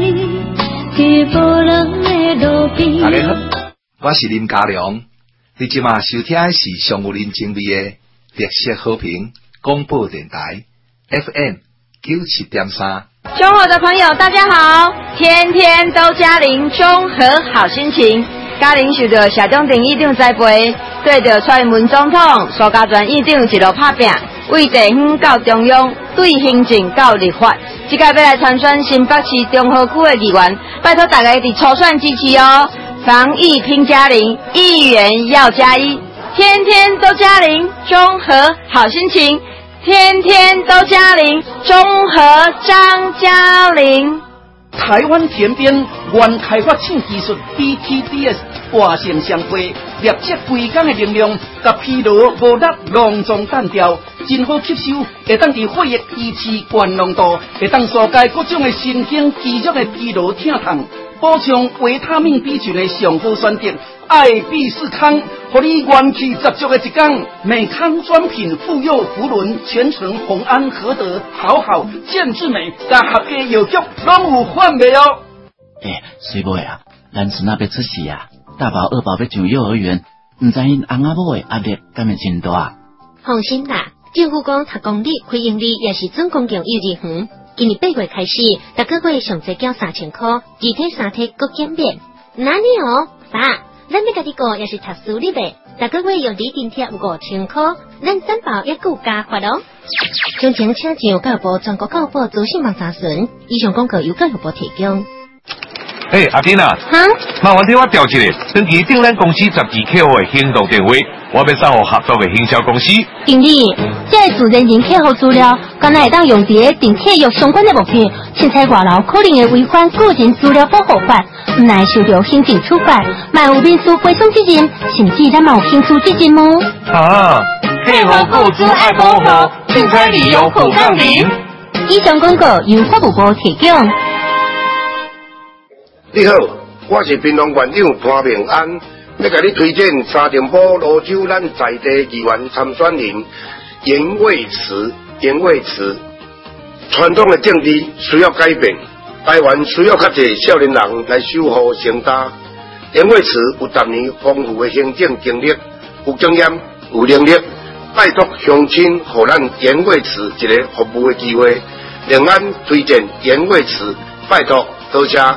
无人的路边。 大家好，我是林家良。你即马收听的是上有人情味的特色好评广播电台 F M 九七点三。 中和的朋友大家好，天天都嘉玲中和好心情。嘉玲受到社中定议长栽培，对着蔡英文总统、苏家全议长一路拍拼，为地方到中央，对行政到立法。即届要来参选新北市中和区的议员，拜托大家伫初选支持哦！防疫拼嘉玲，议员要加一，天天都嘉玲，中和好心情，天天都嘉玲，中和张嘉玲。 台湾田边原开发性技术 B T D S 活性双倍，立即规工的能量，甲疲劳无力隆重单调，真好吸收，会当伫血液维持高浓度，会当疏解各种的神经肌肉的疲劳疼痛，补充维他命 B 群的上好选择。爱必士康，互你元气十足的一天。美康专品妇幼福伦全程红安和德好好健之美，甲合家药局拢有贩卖哦。 诶，水妹啊，咱孙仔要出世啊，大宝二宝要上幼儿园，唔知因翁仔某的压力敢会真大？ 放心啦，政府讲读公立、非盈利也是准公共幼儿园。今年八月开始，逐个月上侪交三千块，二体三体各减免。哪里哦，爸？咱要家己过也是读私立的，逐个月用礼津贴五千块，咱三宝也够加发哦。详情请上教育部全国教育部资讯网查询，以上广告由教育部提供。 嘿、hey, 阿丁啊， 哈， 麻烦替我调一下，登记订咱公司十二客户的行动电话，我要送互合作的行销公司。 经理，这个自然人客户资料，敢若会当用伫订客约相关的物品，凊彩外流可能会违反个人资料保护法，唔乃受到行政处罚，万有民事赔偿责任，甚至咱嘛有刑事责任哦。 啊，客户个资爱保护，凊彩利用好杠铃。 以上广告由法务部提供。 你好，我是槟榔县长潘明安，要甲你推荐沙田埔罗州咱在地议员参选人严卫慈。严卫慈，传统的政治需要改变，台湾需要较侪少年人来守护城大。严卫慈有十年丰富的行政经历，有经验，有能力，拜托乡亲，互咱严卫慈一个服务的机会。另安推荐严卫慈，拜托，多谢。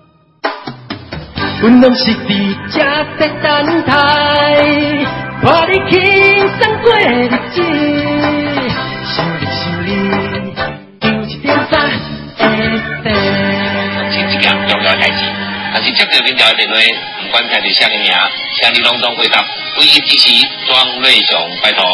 阮拢是伫这在等待，看你轻松过日子，想你想你，就一点三下地。请一件重要代志，若是接到恁条电话，不管听是啥个名，请你拢总回答，唯一支持庄瑞雄，拜托。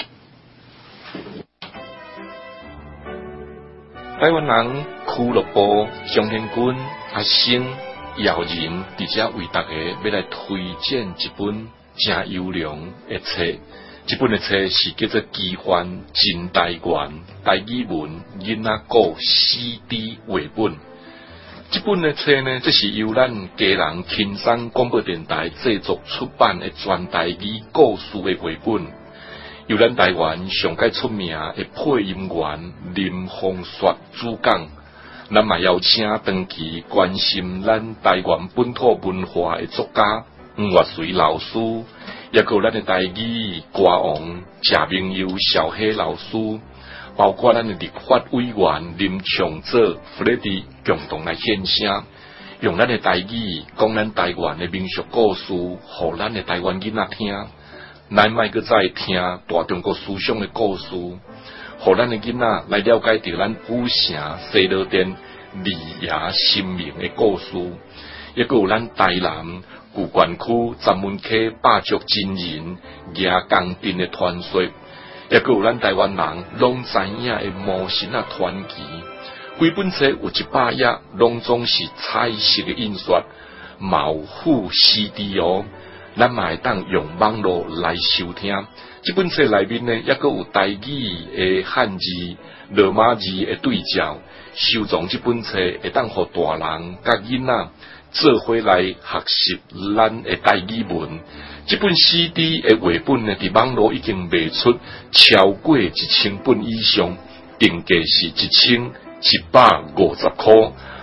台湾人俱乐部江天军阿星。姚人伫遮为大家要来推荐一本真优良的册，这本的册是叫做《奇幻真台湾台语文囡仔故 C D 画本》。这本的册呢，这是由咱家人轻松广播电台制作出版的全台语故事的画本，由咱台湾上界出名的配音员林凤雪主讲。咱嘛邀请长期关心咱台湾本土文化的作家黄岳水老师，也有咱的台语歌王谢明佑小黑老师，包括咱的立法委员林长佐、弗雷迪共同来献声，用咱的台语讲咱台湾的民俗故事，互咱的台湾囡仔听，咱莫阁再听大中国思想的故事。互咱的囡仔来了解到咱府城西螺店李爷新明的故事，也有咱台南旧关区站门溪百足真人野钢钉的传说，也有咱台湾人拢知影的魔神啊传奇。规本册有一百页，拢总是彩色的印刷，毛附 C D 哦。咱嘛会当用网络来收听。这本册内面呢，也阁有台语的汉字、罗马字的对照。收藏这本册会当互大人甲囡仔做伙来学习咱的台语文。这本 C D 的画本呢，伫网络已经卖出超过一千本以上，定价是一千一百五十块。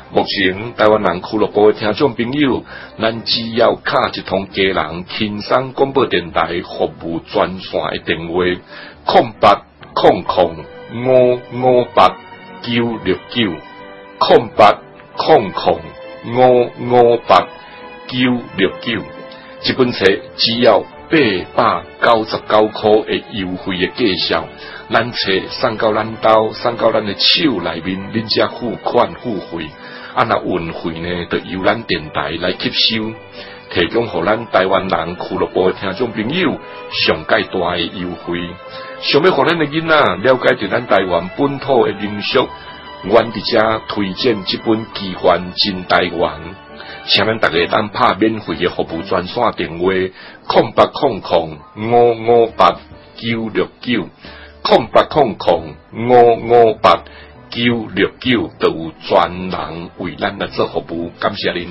目前台湾人俱樂部的聽眾朋友，咱只要卡一通家人輕鬆廣播電台服務專線的電話：空八空空五五八九六九，空八空空五五八九六九。這本冊只要八百九十九塊的優惠的價錢，咱冊送到咱兜，送到咱的手內面，恁才付款付費。啊，那運費呢，就由咱電台來吸收，提供予咱台灣人俱樂部的聽眾朋友上介大的優惠。想要予咱的囡仔了解到咱台灣本土的民俗，阮佇遮推薦這本《奇幻真台灣》，請咱大家當拍免費的服務專線電話：空八空空五五八九六九，空八空空五五八九六九，都有專人為咱來做服務，感謝您。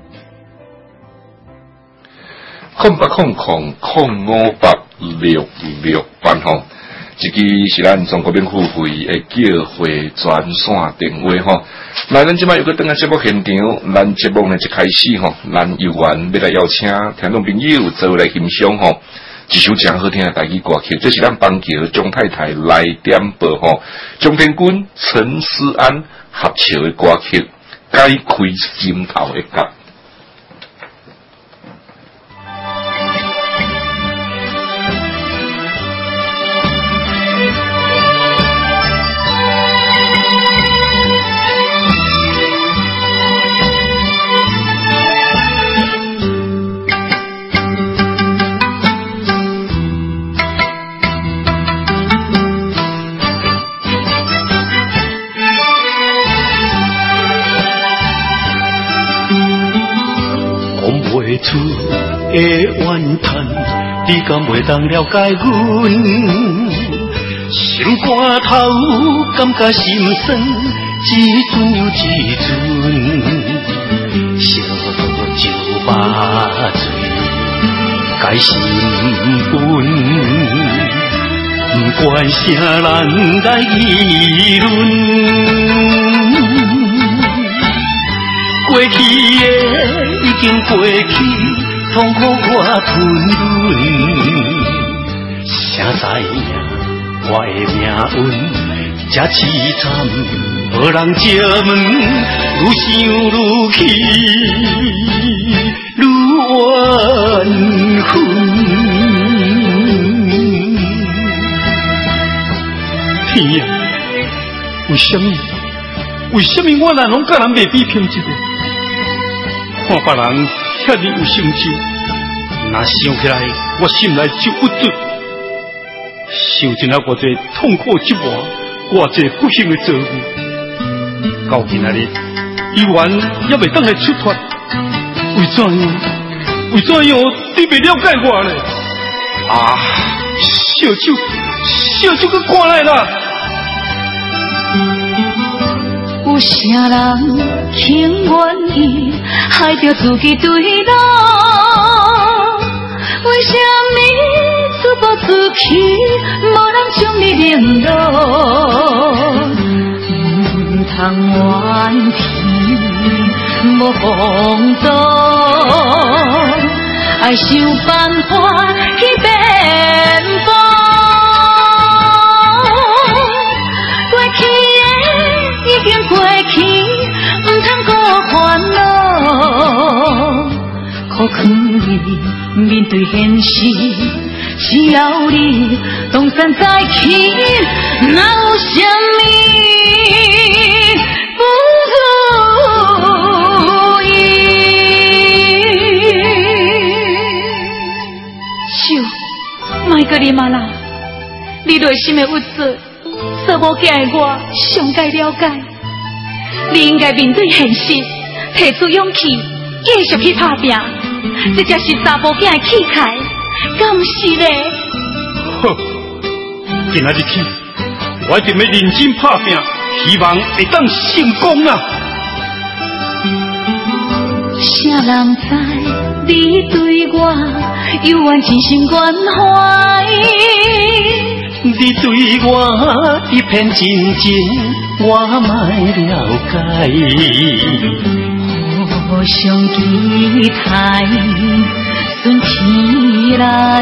空八空空空五八六六八吼，這個是咱中國免付費的叫貨專線電話吼。來，咱即擺有個等下節目現場，咱節目呢一開始吼，咱有緣要來邀請聽眾朋友做來欣賞吼。一首真好聽的台語歌曲，這是咱邦橋鍾太太來點播吼，鍾天軍、陳思安合唱的歌曲，解開心頭的結。 出的怨叹，你敢袂当了解阮？心肝頭感覺心酸，一陣又一陣，燒到酒把醉，解心魂。不管啥人來議論。過去的已經過去，痛苦我吞忍。誰知影我的命運這淒慘，無人借問，愈想愈氣，愈怨恨。天啊，為什麼？為什麼我人攏甲人袂比偏一個？看別人遐尼有成就，若想起來，我心內就鬱卒，受盡了偌濟痛苦折磨，偌濟不幸的遭遇。到今仔日，依然也袂當來出脫，為怎樣？為怎樣你袂了解我呢？啊，小酒，小酒，佮趕來啦！有啥人肯願意害着自己對路？為什麼自暴自棄，無人將你領導？唔通怨天無風度，愛想辦法去辯駁。已經過去，唔通過煩惱，苦勸你面對現實，只要你東山再起，哪有什麼不如意？秀，莫閣你罵啦，你內心的鬱卒。做某囝的我上該了解，你應該面對現實，提出勇氣，繼續去打拼，這才是查某囝的氣概，敢唔是咧？好，今仔日起，我一定要認真打拼，希望會當成功啊！啥人知你對我猶原真心關懷？ 你对我一片真情，我莫了解。 互相期待，顺天来，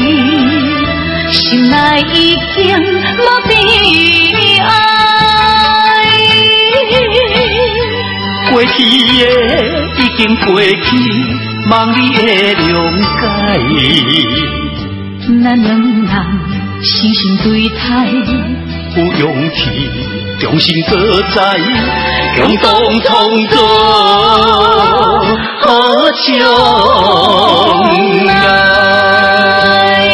心内已经无悲哀。 过去的已經過去，望你會諒解。 咱兩人心心對待， 有勇氣重新做在，共同創造好將來。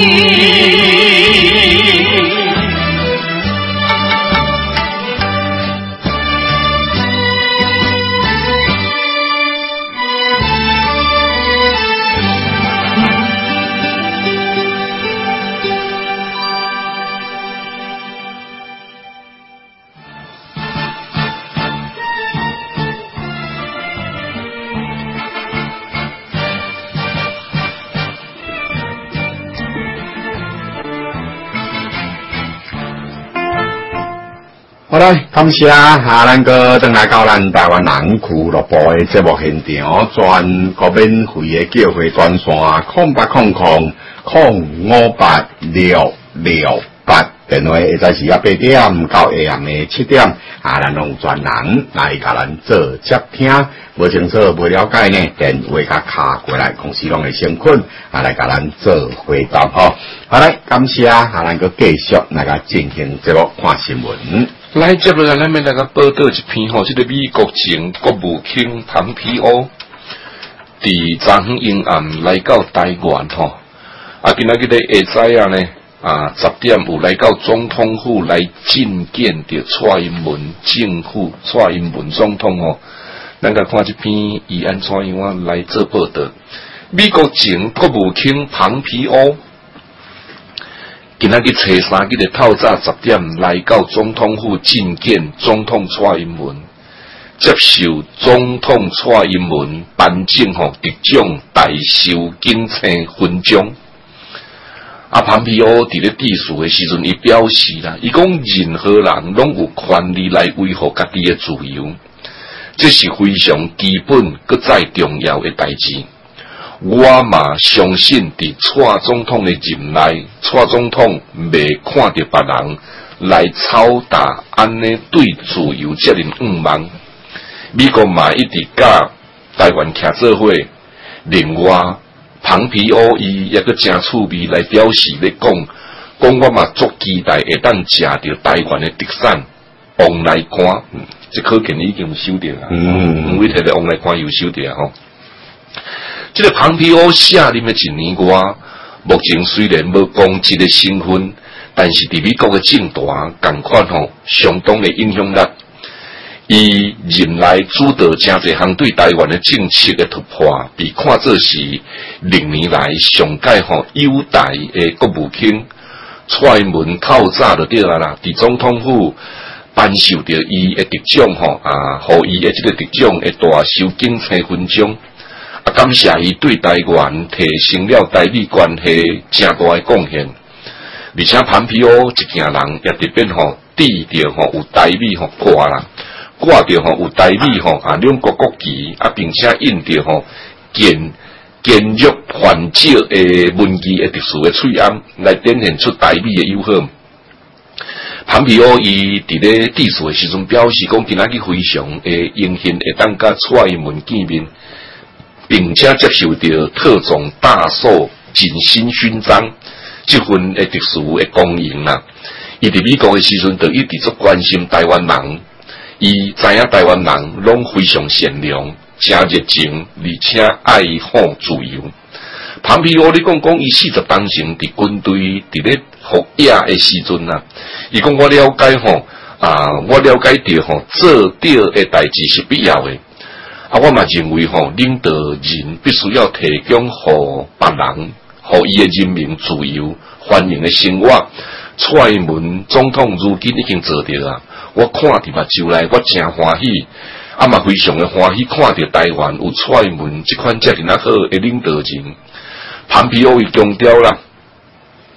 好嘞，感謝啊！咱個轉來到咱台灣人俱樂部的節目現場，全國免費的叫會專線空八空空空五八六六八，電話會在時啊八點到下暗的七點，啊，咱用專人來甲咱做接聽，無清楚無了解呢，電話甲卡過來，公司攏會先困，啊，來甲咱做回答吼。好嘞，感謝啊！咱個繼續來甲進行節目看新聞。 來接落來，咱們來個報道一篇吼，即、這個美國前國務卿龐皮歐佇昨昏陰暗來到台灣吼，啊，今仔日咧下晝啊呢，啊十點有來到總統府來覲見着蔡英文政府蔡英文總統吼，咱個看這篇伊安怎樣來做報道。美國前國務卿龐皮歐今仔日初三日的透早十點來到總統府覲見總統蔡英文，接受總統蔡英文頒證吼特種大綬錦星勳章。啊，龐皮歐佇咧致辭的時陣，伊表示啦，伊講任何人攏有權利來維護家己的自由，這是非常基本擱再重要的代志。我嘛相信，佇蔡總統的任內，蔡總統未看到別人來操打安尼對自由這樣願望。美國嘛一直甲台灣徛做伙，另外龐皮歐伊也個真趣味來表示咧講，講我嘛足期待會當食到台灣的特產旺來乾，嗯，這可見已經有收到啦，嗯，每摕個旺來乾有收到吼。這個龐皮歐卸任的一年外，目前雖然無公職的身份，但是佇美國嘅政壇共款吼相當的影響力。伊任內主導真儕項對台灣的政策嘅突破，被看作是歷年來上屆吼優待嘅國務卿。蔡英文透早就對啦啦，佇總統府頒授着伊嘅特獎吼啊，互伊嘅這個特獎嘅大綬錦星勳章。啊，感謝伊對台灣提升了台美關係正大嘅貢獻，而且龐皮歐一行人也特別吼戴着吼有台美吼掛啦，掛着吼有台美吼啊兩國國旗啊，並且印着吼堅堅若環照誒文字誒特殊嘅喙暗，來展現出台美嘅友好。龐皮歐伊佇咧致辭嘅時陣表示講，今仔日非常誒榮幸會當甲蔡英文見面。並且接受到特種大綬錦星勳章這份誒特殊誒功能啦。伊佇美國誒時陣，就一直足關心台灣人。伊知影台灣人攏非常善良、真熱情，而且愛好自由。龐皮歐你講講，伊四十當前佇軍隊佇咧服役誒時陣啊，伊講我了解吼啊，我了解到吼做對誒代志是必要誒。啊，我嘛認為吼，領導人必須要提供互別人，互伊嘅人民自由、歡迎嘅生活。蔡英文總統如今已經做到啊，我看佇目睭內，我真歡喜，啊嘛非常嘅歡喜，看到台灣有蔡英文這款遮爾啊好嘅領導人。龐皮歐伊強調啦，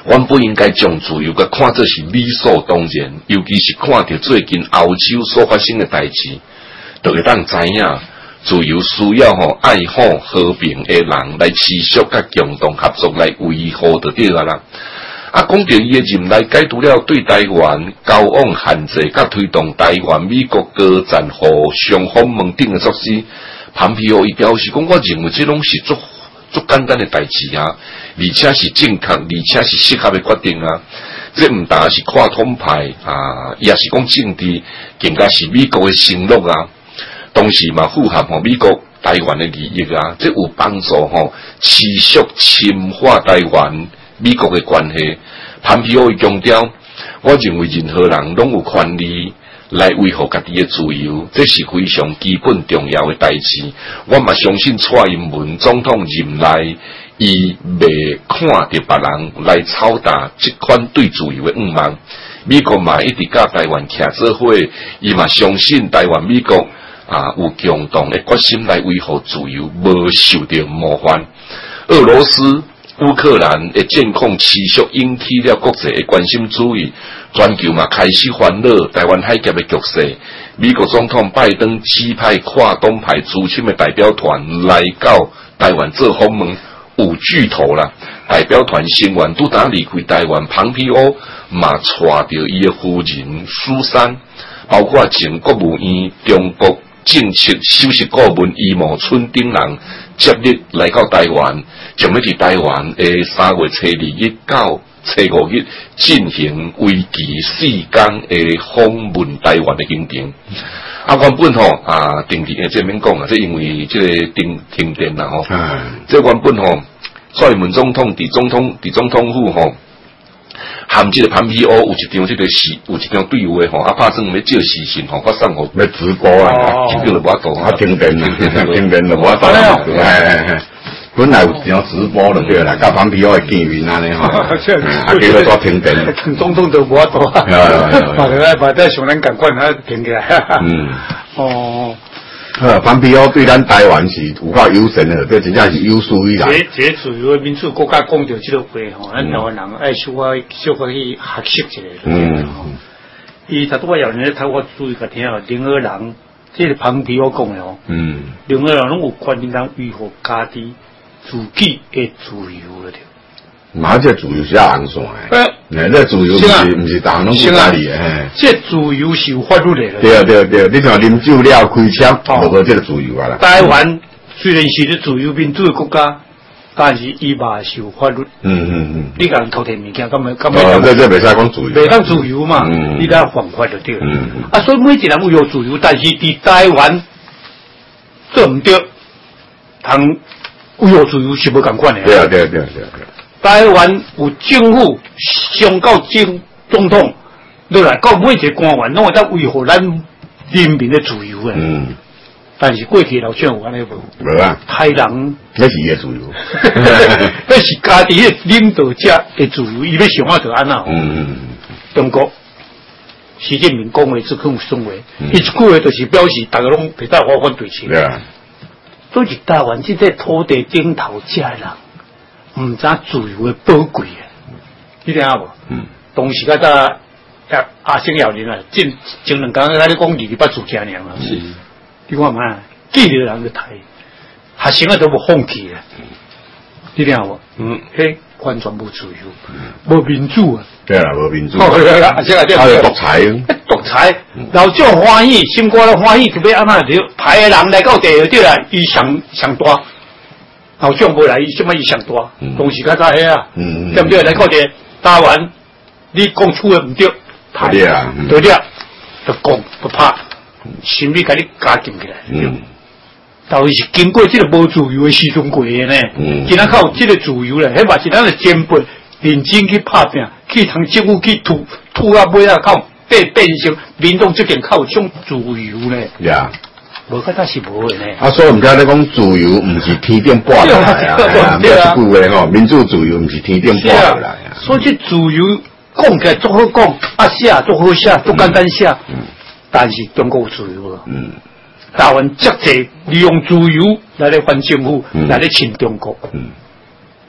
我们不应该将自由个看作是理所当然，尤其是看到最近欧洲所发生的代志，就会当知影，自由需要吼爱好和平的人来持续甲共同合作来维护就对啊啦。啊，讲到伊的任内解除了对台湾交往限制，甲推动台湾美国高赞互相访问等的措施，潘皮欧伊表示讲，我认为这拢是足足简单的代志啊，而且是正确，而且是适合的决定啊。这唔但是跨统派啊，也是讲政治，更加是美国的承诺啊。同时嘛，符合吼美国台湾的利益啊，这有帮助吼持续深化台湾美国的关系。潘皮欧强调，我认为任何人拢有权利来维护家己的自由，这是非常基本重要的代志。我嘛相信蔡英文总统任内，伊未看到别人来抄打这款对自由的愿望。美国嘛一直甲台湾徛做伙，伊嘛相信台湾美国啊有共同的决心来维护自由，无受到冒犯。俄罗斯、乌克兰的战况持续引起了国际的关心注意，全球嘛开始烦恼台湾海峡的局势。美国总统拜登指派跨党派资深的代表团来到台湾做访问，有巨头啦。代表团成员拄打离开台湾，庞皮欧嘛带着伊的夫人苏珊，包括前国务院中国政策首席顾问余茂春等人接力来到台湾，将要伫台湾的三月初二日到初五日进行为期四天的访问台湾的行程。啊，原本吼啊，定期诶，这免讲啊，这因为这个停停电啦吼，这原本吼，蔡英文总统伫总统伫总统府吼。含这个潘皮欧有一张这个是有一张对话吼，啊，拍算要借视讯吼，发送互要直播啊， 就叫了无法度啊，停电啦，停电了无法度，哎，本来有一张直播就对啦，甲潘皮欧的见面安尼吼，啊，结果煞停电， 总统都无法度，把个把这上人赶快他停起来， 嗯， 哦。 呃，潘皮欧对咱台湾是有够友善的，这真正是有输于人。 这这自由的民主国家讲到这个话吼，咱台湾人爱小可小可去学习一下。嗯。伊头拄仔有人台湾注意个听哦，任何人，这是潘皮欧讲的哦。嗯。任何人拢有权利当维护家己自己的自由了，对。 嘛，这自由是要红线诶。诶，这自由不是不是大家拢有道理诶。 这自由是有法律的。 对对对，你像啉酒了开车，无这个自由啊啦。 台湾虽然是个自由民主的国家，但是伊嘛是有法律。嗯嗯嗯。你讲偷摕物件，咁咪咁咪。 哦，这这袂使讲自由。 袂当自由嘛，你当犯法就对了。嗯嗯。啊，所以每一个人有自由，但是伫台湾做唔对，通有自由是无共款的。 对啊对啊对啊对啊。 台湾有政府上到政总统，落来到每一个官员，拢会当维护咱人民的自由诶。嗯。但是过去老蒋有安尼无？ 无啊。 害人。 那是伊的自由。 那是家己的领导者的自由，伊要想法就安那。嗯嗯。中国习近平讲话只可有双话，伊一句话就是表示大家拢袂当我反对起。对啊。所以台湾即个土地顶头食人。唔知自由的宝贵啊，你听下无？嗯，当时个个阿阿星耀人啊，前前两工喺你讲二二八自家娘啊，是，你看嘛，几个人去睇，学生啊都无放弃啊，你听下无？嗯，嘿，完全无自由，无民主啊， 对啦，无民主， 啊，这个他有独裁， 独裁，老蒋欢喜，心肝都欢喜，特别安那就派个人来到第二对啦，伊上上大。老蒋无来，伊什么伊上大，当时较早遐啊，对不对？来到这台湾，你讲出的唔对， 对啊， 对了，就讲不怕，心里甲你加进起来。嗯，到底是经过这个无自由的时钟过的呢？嗯，今仔靠这个自由咧，迄嘛是咱的前辈认真去拍拼，去同政府去吐吐啊尾啊，靠变变成民众这边靠种自由咧。呀。无个他是无的呢。 啊，所以唔知你讲自由，唔是天顶拨落来啊！对啊，一句话吼，民主自由唔是天顶拨落来啊。 所以自由讲起来足好讲，啊写足好写，足简单写。嗯。但是中国有自由啊。嗯。台湾积极利用自由来来反政府，来来亲中国。嗯。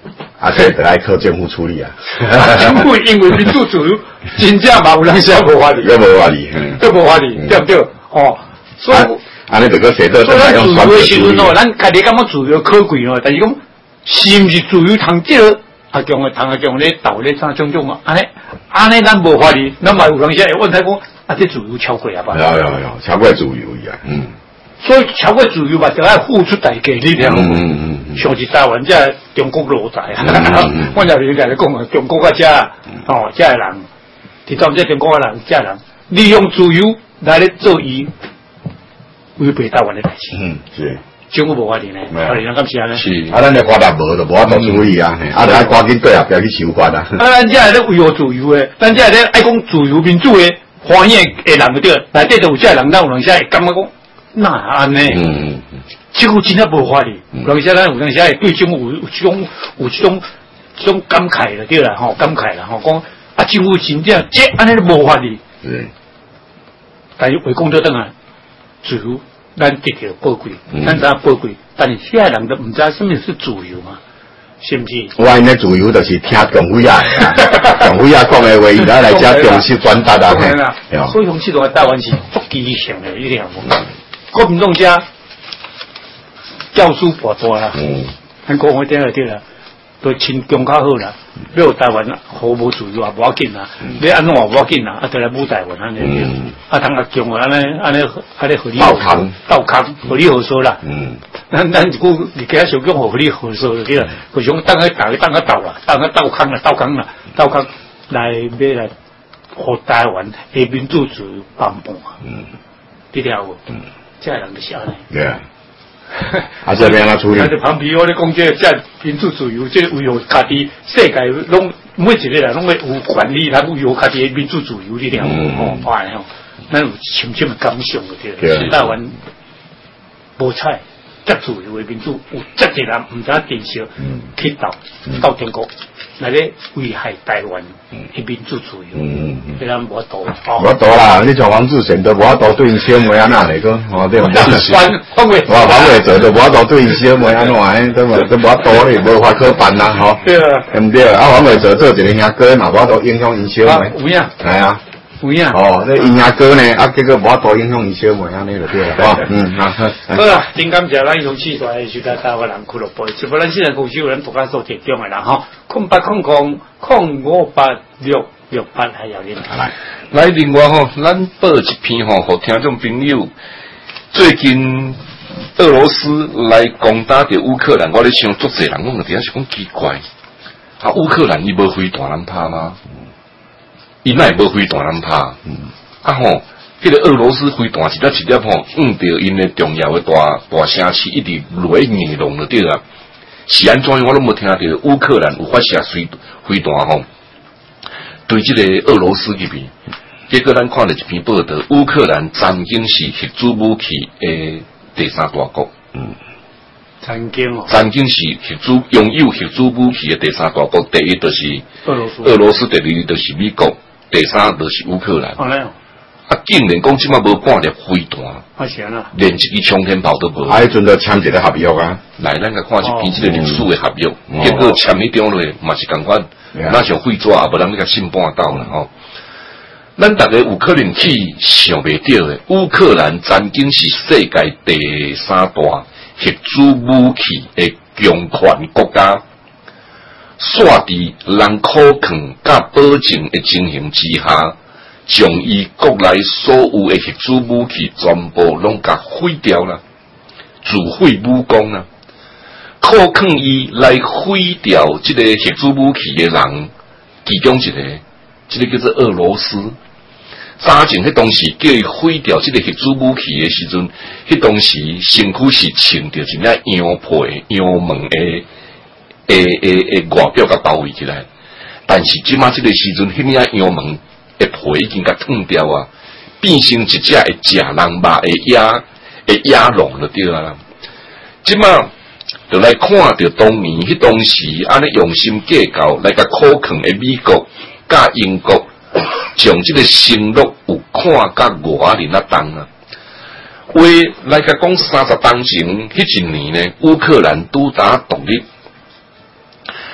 啊，这得来靠政府处理啊。 政府因为民主自由，真正嘛有人写无法理， 都无法理， 都无法理，对不对？哦，所以安尼就个写到， 所以咱自由的时阵哦，咱家己感觉自由可贵哦，但是讲是毋是自由通这个阿强的通阿强咧斗咧啥种种啊？安尼安尼咱无法理，咱嘛有人写问他讲啊，这自由超过啊吧？ 有有有，超过自由伊啊，嗯。 所以超过自由嘛，就要付出代价，你听有无？嗯嗯像是台湾这中国奴才啊，我就理解你讲啊，中国个这哦，这人，伫当这中国个人，这人利用自由来咧做伊违背台湾的代志。 嗯，是。 政府无法理呢，法理人敢是安尼？ 是。啊，咱的法律无就无法度处理啊，啊，就爱赶紧对啊，不要去修法啊。 啊，咱这系咧维护自由的，咱这系咧爱讲自由民主的欢喜的人对，内底就有这人，咱有人写会感觉讲。那安尼，嗯嗯，政府真正无法理，有人写咱有人写对政府有有这种有这种这种感慨了，对啦，吼感慨啦，吼讲啊，政府真正这安尼都无法理，嗯，但是为讲到等啊，自由咱得到宝贵，咱知宝贵，但是现在人都唔知什么是自由嘛，是不是？ 我因的自由就是听政府啊，政府啊讲的话，伊来来遮重视传达啊， 所以从这种台湾是足畸形的，一定要讲。国民党家教书博大啦，嗯，咱讲我听了对啦，都亲中较好啦。要有台湾毫无自由也无要紧啦，你安怎也无要紧啦，啊，就来舞台湾安尼，啊，通阿强啊，安尼安尼安尼合理斗康斗康合理合说啦，嗯，咱咱一句你给他小讲合理合说就对啦，就想当个大个当个斗啦，当个斗康啦，斗康啦，斗康来要来，互台湾的民主自由帮忙啊，嗯，你听有无？嗯。这人就是安尼。对啊。 啊，这边啊处理。 啊，就旁边我咧讲这这民主自由，这维护家己世界拢每一个人拢要有权利来维护家己的民主自由，你听有无？吼，安尼吼，咱有深深的感想就对了。台湾无彩，遮自由的民主，有遮侪人唔知珍惜，去斗斗中国，来咧危害台湾的民主自由。嗯嗯，这咱无法度。 无法度啦，你像王志贤都无法度对因小妹安那嚟个，哦对嘛？ 黄伟， 哇黄伟哲都无法度对因小妹安怎诶，都无都无法度咧，无法可办啦，吼。对啊，对唔对？啊黄伟哲做一个兄哥嘛，无法度影响因小妹。 有影。 系啊。 有影。 哦，这因兄哥呢，啊结果无法度影响因小妹安尼就对啦，哦，嗯啊。 好啦，真感谢咱勇气大是在台湾人俱乐部，是不咱现在公司有人独家做提供的啦，吼，空八空空空五八六六八还有你来。 来，另外吼，咱报一篇吼，互听众朋友，最近俄罗斯来攻打着乌克兰，我咧想，足侪人讲个，底下是讲奇怪，啊，乌克兰伊无飞弹能拍吗？伊哪会无飞弹能拍？嗯，啊吼，迄、那个俄罗斯飞弹一粒一粒吼，遇着因的重要的大大城市，一直落去硬弄就对啦。是安怎样我都无听到乌克兰有发射飞飞弹吼，对这个俄罗斯这边。结果咱看了一篇报道，乌克兰曾经是核子武器的第三大国。嗯， 曾经哦， 曾经是核子拥有核子武器的第三大国，第一就是俄罗斯， 俄罗斯第二就是美国，第三就是乌克兰。 哦，那啊，竟然讲即马无半粒飞弹， 啊是啊， 连一支冲天炮都无。 啊，迄阵都签一个合约啊， 来，咱个看一篇即个历史的合约，哦、结果签迄张落嘛是共款，那像废纸也无人咧甲信半道啦吼。咱大家有可能去想袂到的，乌克兰曾经是世界第三大核子武器的强权国家，煞伫人可抗甲保证的情形之下，将伊国内所有的核子武器全部拢甲毁掉了，自废武功啦。可抗伊来毁掉这个核子武器的人，其中一个。这个叫做俄罗斯，早前迄当时叫伊毁掉这个核子武器的时阵，迄当时身躯是穿着一领羊皮、羊毛的诶诶诶外表甲包围起来。但是即马这个时阵，迄领羊毛的皮已经甲脱掉啊，变成一只会食人肉的野的野狼了对啊。即马就来看着当年迄当时安尼用心计较来甲可抗的美国。甲英国将这个承诺有看甲外人啊当啊，为来甲讲三十当前，迄一年呢，乌克兰拄打独立，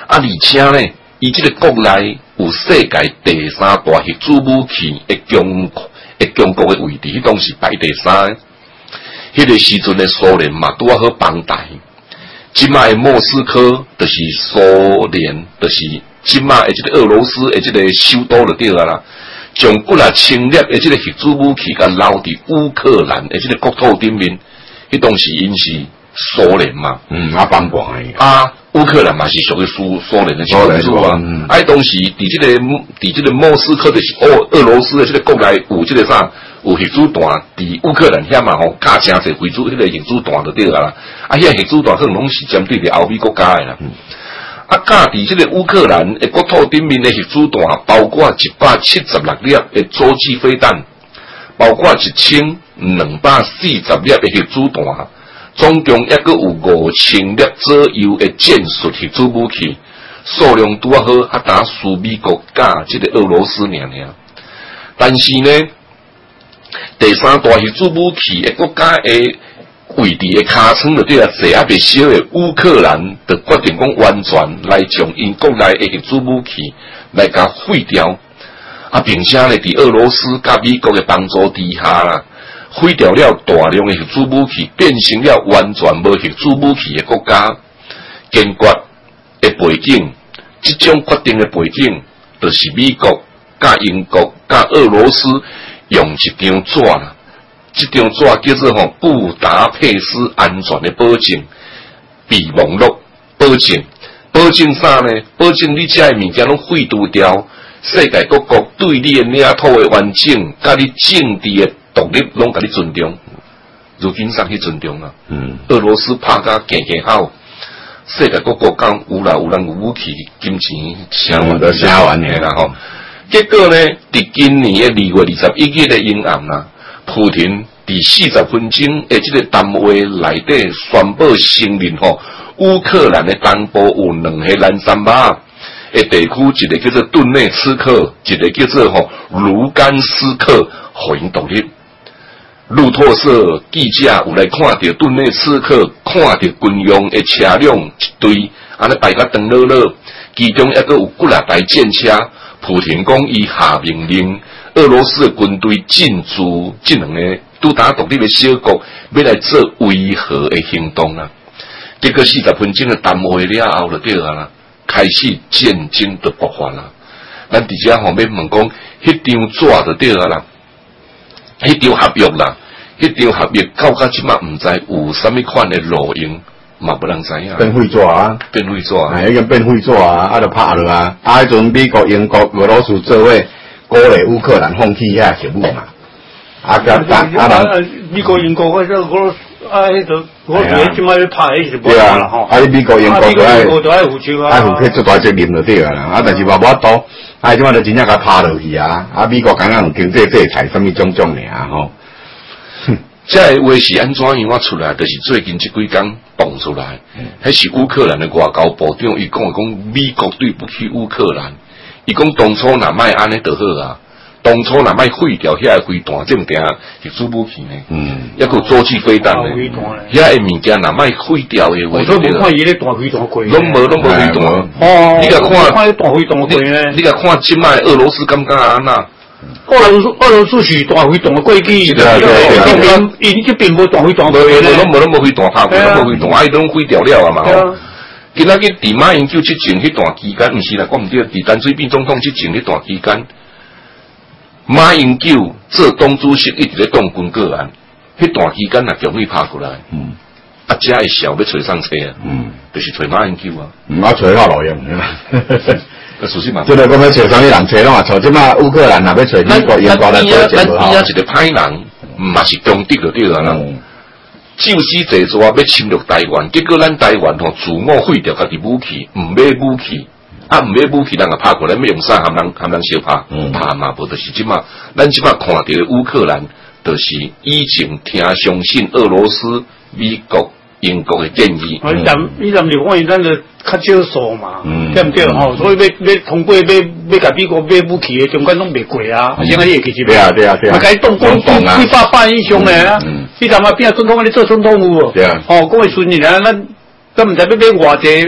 而且呢，伊即个国内有世界第三大核子武器的强的强国的位置，迄当时排第三。迄个时阵的苏联嘛，拄啊好帮带。即卖莫斯科就是苏联，就是即卖的即个俄罗斯的即个首都就对啊啦。将骨力侵略的即个核子武器，甲留伫乌克兰的即个国土顶面。迄当时因是苏联嘛， 嗯，啊帮帮诶。 啊，乌克兰嘛是属于苏苏联的小国主啊。嗯，啊，当时伫即个伫即个莫斯科就是俄俄罗斯的即个国内有即个啥？有核子弹伫乌克兰遐嘛吼，加诚侪回主迄个核子弹就对啦。啊，遐核子弹可能拢是针对着欧美国家诶啦。嗯、啊，加伫即个乌克兰诶国土顶面诶核子弹，包括一百七十六粒诶洲际飞弹，包括一千两百四十粒诶核子弹，总共抑阁有五千粒左右诶战术核子武器，数量拄啊好啊打输美国甲即个俄罗斯尔尔。但是呢，第三大核子武器的国家的位置的尻川就对啊，坐啊袂少的乌克兰就决定讲完全来将因国内的核子武器来甲废掉，啊，并且呢，伫俄罗斯甲美国的帮助之下啦，废掉了大量的核子武器，变成了完全无核子武器的国家。坚决的背景，这种决定的背景，就是美国、甲英国、甲俄罗斯。用一张纸啦，这张纸叫做吼布达佩斯安全的保证，备忘录保证，保证啥呢？保证你这物件拢废除掉，世界各国对你的领土的完整，甲你政治的独立拢甲你尊重。如今上去尊重啊，嗯，俄罗斯拍甲行行好，世界各国讲有啦有人有武器、金钱、枪完都写完的啦吼。结果呢，伫今年的二月二十一日的阴暗啦，普廷伫四十分钟的这个谈话内底宣布承认吼，乌克兰的东部有两个蓝山马的地区，一个叫做顿内茨克，一个叫做吼卢甘斯克，互因独立。路透社记者有来看到顿内茨克，看到军用的车辆一堆，安尼排甲长落落，其中抑个有几啊台战车。普廷讲伊下命令，俄罗斯的军队进驻这两个拄打独立的小国，要来做威吓的行动啦。结果四十分钟的谈话了后就对啊啦，开始战争就爆发啦。咱伫遮后面问讲，迄张纸就对啊啦，迄张合约啦，迄张合约到甲即马毋知有啥物款的路用。嘛不能知影， 变废纸啊， 变废纸啊， 哎，已经变废纸啊，啊，就拍落啊。啊，迄阵美国、英国、俄罗斯做伙鼓励乌克兰放弃遐核武嘛。啊，甲啊，啊， 美国、英国嗰只俄罗斯啊，迄度俄罗斯即摆咧拍，迄是无啦吼。 啊，美国、英国都爱， 都爱负责啊， 爱负起最大责任就对啊啦。啊，但是嘛无法度，啊，即摆就真正甲拍落去啊。啊，美国刚刚有经济制裁，什么种种尔吼。 这个话是安怎样啊出来？就是最近这几天动出来，迄、嗯、是乌克兰的外交部长，伊讲讲美国对不起乌克兰，伊讲当初若卖安尼就好啊，当初若卖废掉遐个飞弹，正定核子武器呢，嗯，抑个洲际飞弹呢，遐个物件若卖废掉的话， 我都无看伊咧大飞弹过， 拢无拢无飞弹， 哦， 你甲看看大飞弹过呢， 你甲看即卖俄罗斯感觉安那？ 俄罗斯俄罗斯是大飞弹的过去， 对对对， 伊这边无大飞弹过咧，无拢无拢无飞弹拍过，拢无飞弹，啊，伊拢废掉了啊嘛吼。今仔日伫马英九之前迄段期间，毋是啦，我毋对，伫陈水扁总统之前迄段期间，马英九做党主席一直咧动军个案，迄段期间若强力拍过来，嗯，啊，遮会笑要找上车啊，嗯，就是找马英九啊， 毋好找靠路用。 属实嘛， 即个讲要找啥物人找拢啊，找即马乌克兰若要找美国、英国来做咱咱一个歹人，嘛是中敌就对啦啦。就死坐坐要侵略台湾，结果咱台湾吼自我废掉家己武器，毋买武器，啊毋买武器，人也拍过来，要用啥含人含人相拍，拍嘛无就是即马，咱即马看到的乌克兰，就是以前听相信俄罗斯、美国。英国的建议， 啊，你南你南就讲咱就较少数嘛，对毋对吼？所以要要通过要要甲美国买武器的，中间拢袂过啊，现在也其实对啊对啊对啊， 啊，该动工几百百以上的啊，你南啊边啊总统你做总统有无？ 对啊， 哦，各位孙儿啊，咱咱毋知要买偌济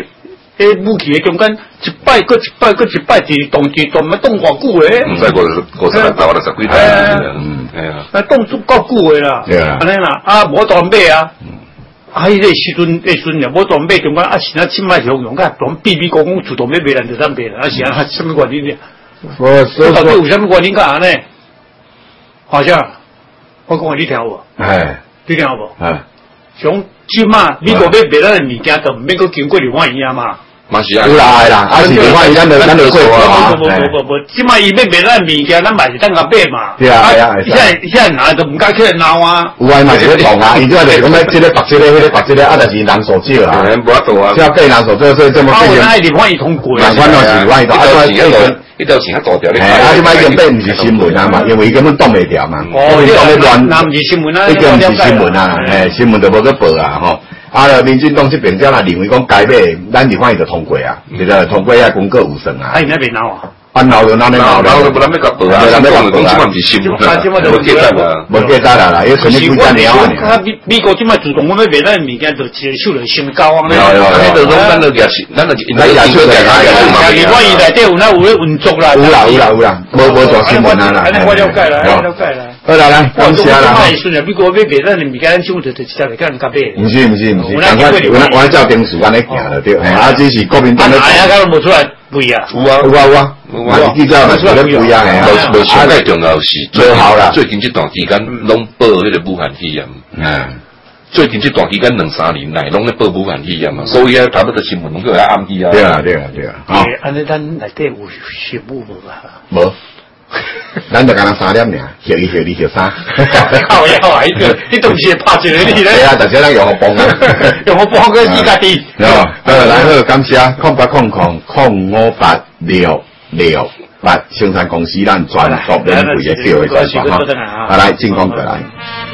诶，武器嘅中间一摆，搁一摆，搁一摆，是动一动，咪动偌久诶？ 唔使五五十来刀，六十几刀，嗯，系啊， 啊，动足够久诶啦， 对啊， 安尼啦，啊，无装备啊，啊，迄个时阵，迄时阵又无装备，中间啊，是啊，即摆用用甲装秘密讲讲自动要卖咱就咱卖啦，啊是啊，什么原因呢？ 我所以到底有什么原因甲安尼？好像我讲你听无？ 哎， 你听无？ 哎。 像即马你个要卖咱的物件，就毋免搁经过流贩医啊嘛。 嘛是啊， 有啦啦，啊是流贩医，咱就咱就过啊。 无无无无，即马伊要卖咱物件，咱嘛是等甲买嘛。 对啊，对啊， 现在现在拿就毋敢去闹啊。 有啊，嘛是咧讲啊，伊即个就是讲咧，即个白即个，迄个白即个，啊，就是人手少啊， 无法度啊。 只要计人手少，所以这么。 啊，有那流贩医通过。 难怪咯是流贩医通，啊，所以迄个。 一条线大条咧， 啊！即摆已经变毋是新闻啊嘛，因为伊根本挡袂掉嘛， 哦， 伊挡咧乱， 那毋是新闻啊， 已经毋是新闻啊，诶，新闻就无去报啊，吼。啊，民进党这边只若认为讲该买，咱就反伊就通过啊，其实通过遐公告有算啊。 啊，伊那边闹啊？ 啊，闹就闹咧闹， 闹就不咱要甲报啊，咱要讲讲即摆毋是新闻啊，无记载啦， 无记载啦啦，因为存咧几只鸟啊。 美美国即摆自动我要卖咱物件，就接受了新高啊。 有有，迄就讲咱就也是，咱就咱也是在讲讲，流贩医内底有那有咧运作啦。 有啦有啦有啦，无无做新闻啊啦。 安尼我了解啦，了解啦。 好啦来，感谢啦。 我顺啊，美国要卖咱的物件，咱政府就就直接来甲人家买。 毋是毋是毋是，赶快我我照定数安尼行了对，啊，只是国民党咧。 啊，哪个都无出来卖啊？ 有啊有啊有啊，嘛是记者嘛是咧卖啊， 无无上最重要是最好啦。 最近这段期间拢报迄个武汉肺炎，嗯，最近这段期间两三年来拢咧报武汉肺炎嘛，所以啊，差不多新闻拢叫来暗记啊。 对啊对啊对啊。 啊，安尼咱内底有新闻无啊？ 无。咱就干那三点尔，学一学你学三。 靠呀，哎，你东西拍一个你咧？ 对啊，但是咱用好帮啊， 用好帮个自家滴。 哦，好，来好，感谢空八空空空五八六六八生产公司咱专属免费的机会在线哈。好，来进攻过来。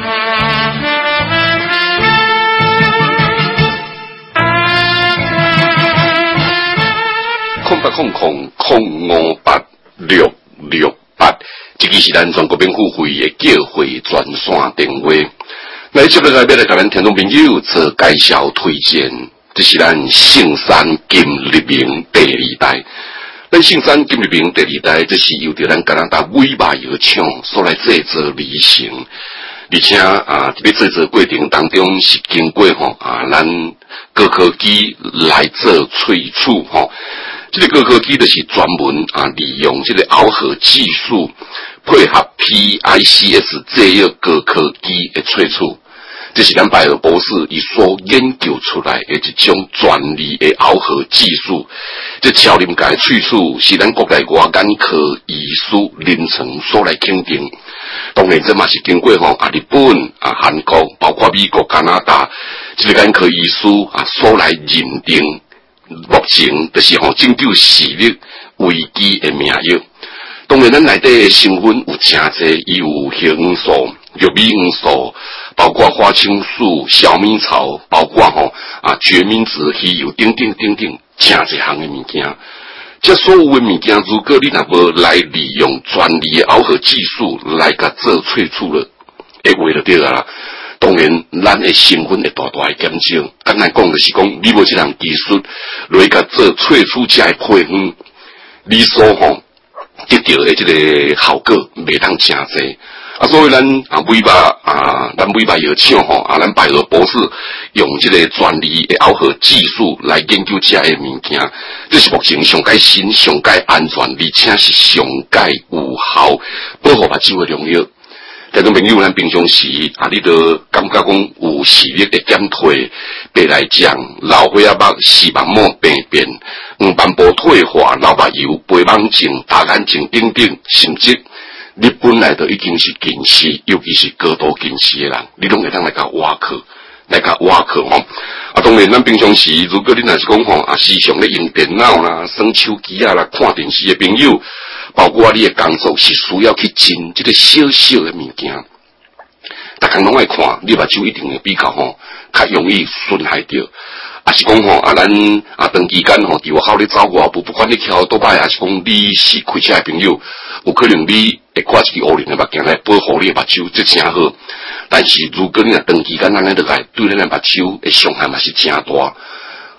空八空空空五八六六。八，这个是咱全国免付费的叫会专线电话。来，接落来要来甲咱听众朋友做介绍推荐，这是咱圣山金立明第二代。咱圣山金立明第二代，这是由着咱加拿大尾巴药厂所来制作而成，而且啊，这个制作过程当中是经过吼啊，咱高科技来做萃取吼。这个高科技就是专门啊，利用这个螯合技术配合 P I C S 这个高科技的萃取，这是咱拜尔博士伊所研究出来的一种专利的螯合技术。这超临界萃取是咱国内外眼科医师临床所来肯定。当然，这嘛是经过吼啊日本啊韩国，包括美国、加拿大这个眼科医师啊所来认定。目前就是吼拯救视力危机的名药。当然，咱内底的成分有真侪，伊有硼黄素、玉米黄素，包括花青素、小米草，包括吼啊决明子、稀有等等等等，真侪项的物件。这所有的物件，如果你若无来利用专利的螯合技术来甲做萃取了，会话就对啦。当然，咱的成分会大大的减少。简单讲就是讲，你无这项技术来甲做萃取这的配方，你所吼得到的这个效果袂当真侪。啊，所以咱啊尾巴啊，咱尾巴药厂吼啊，咱拜罗博士用这个专利的螯合技术来研究这的物件，这是目前上界新、上界安全，而且是上界有效保护目睭的良药。听众朋友，咱平常时啊，你都感觉讲有视力的减退，白内障、老花眼目、视网膜病变、黄斑部退化、老目疣、白网症、大眼睛等等，甚至你本来都已经是近视，尤其是高度近视的人，你拢会当来甲挖克，来甲挖克吼。啊，当然，咱平常时如果你若是讲吼啊，时常咧用电脑啦、耍手机啊啦、看电视的朋友。包括你的工作是需要去进这个小小的物件，大家拢爱看，你目睭一定会比较吼，较容易损害掉。啊是讲吼，啊咱啊长期间吼，伫外口咧走外步，不管你跳多摆，还是讲你是开车的朋友，有可能你会挂一支乌灵的目镜来保护你的目睭，这真好。但是如果你若长期间安尼落来，对咱的目睭的伤害嘛是真大。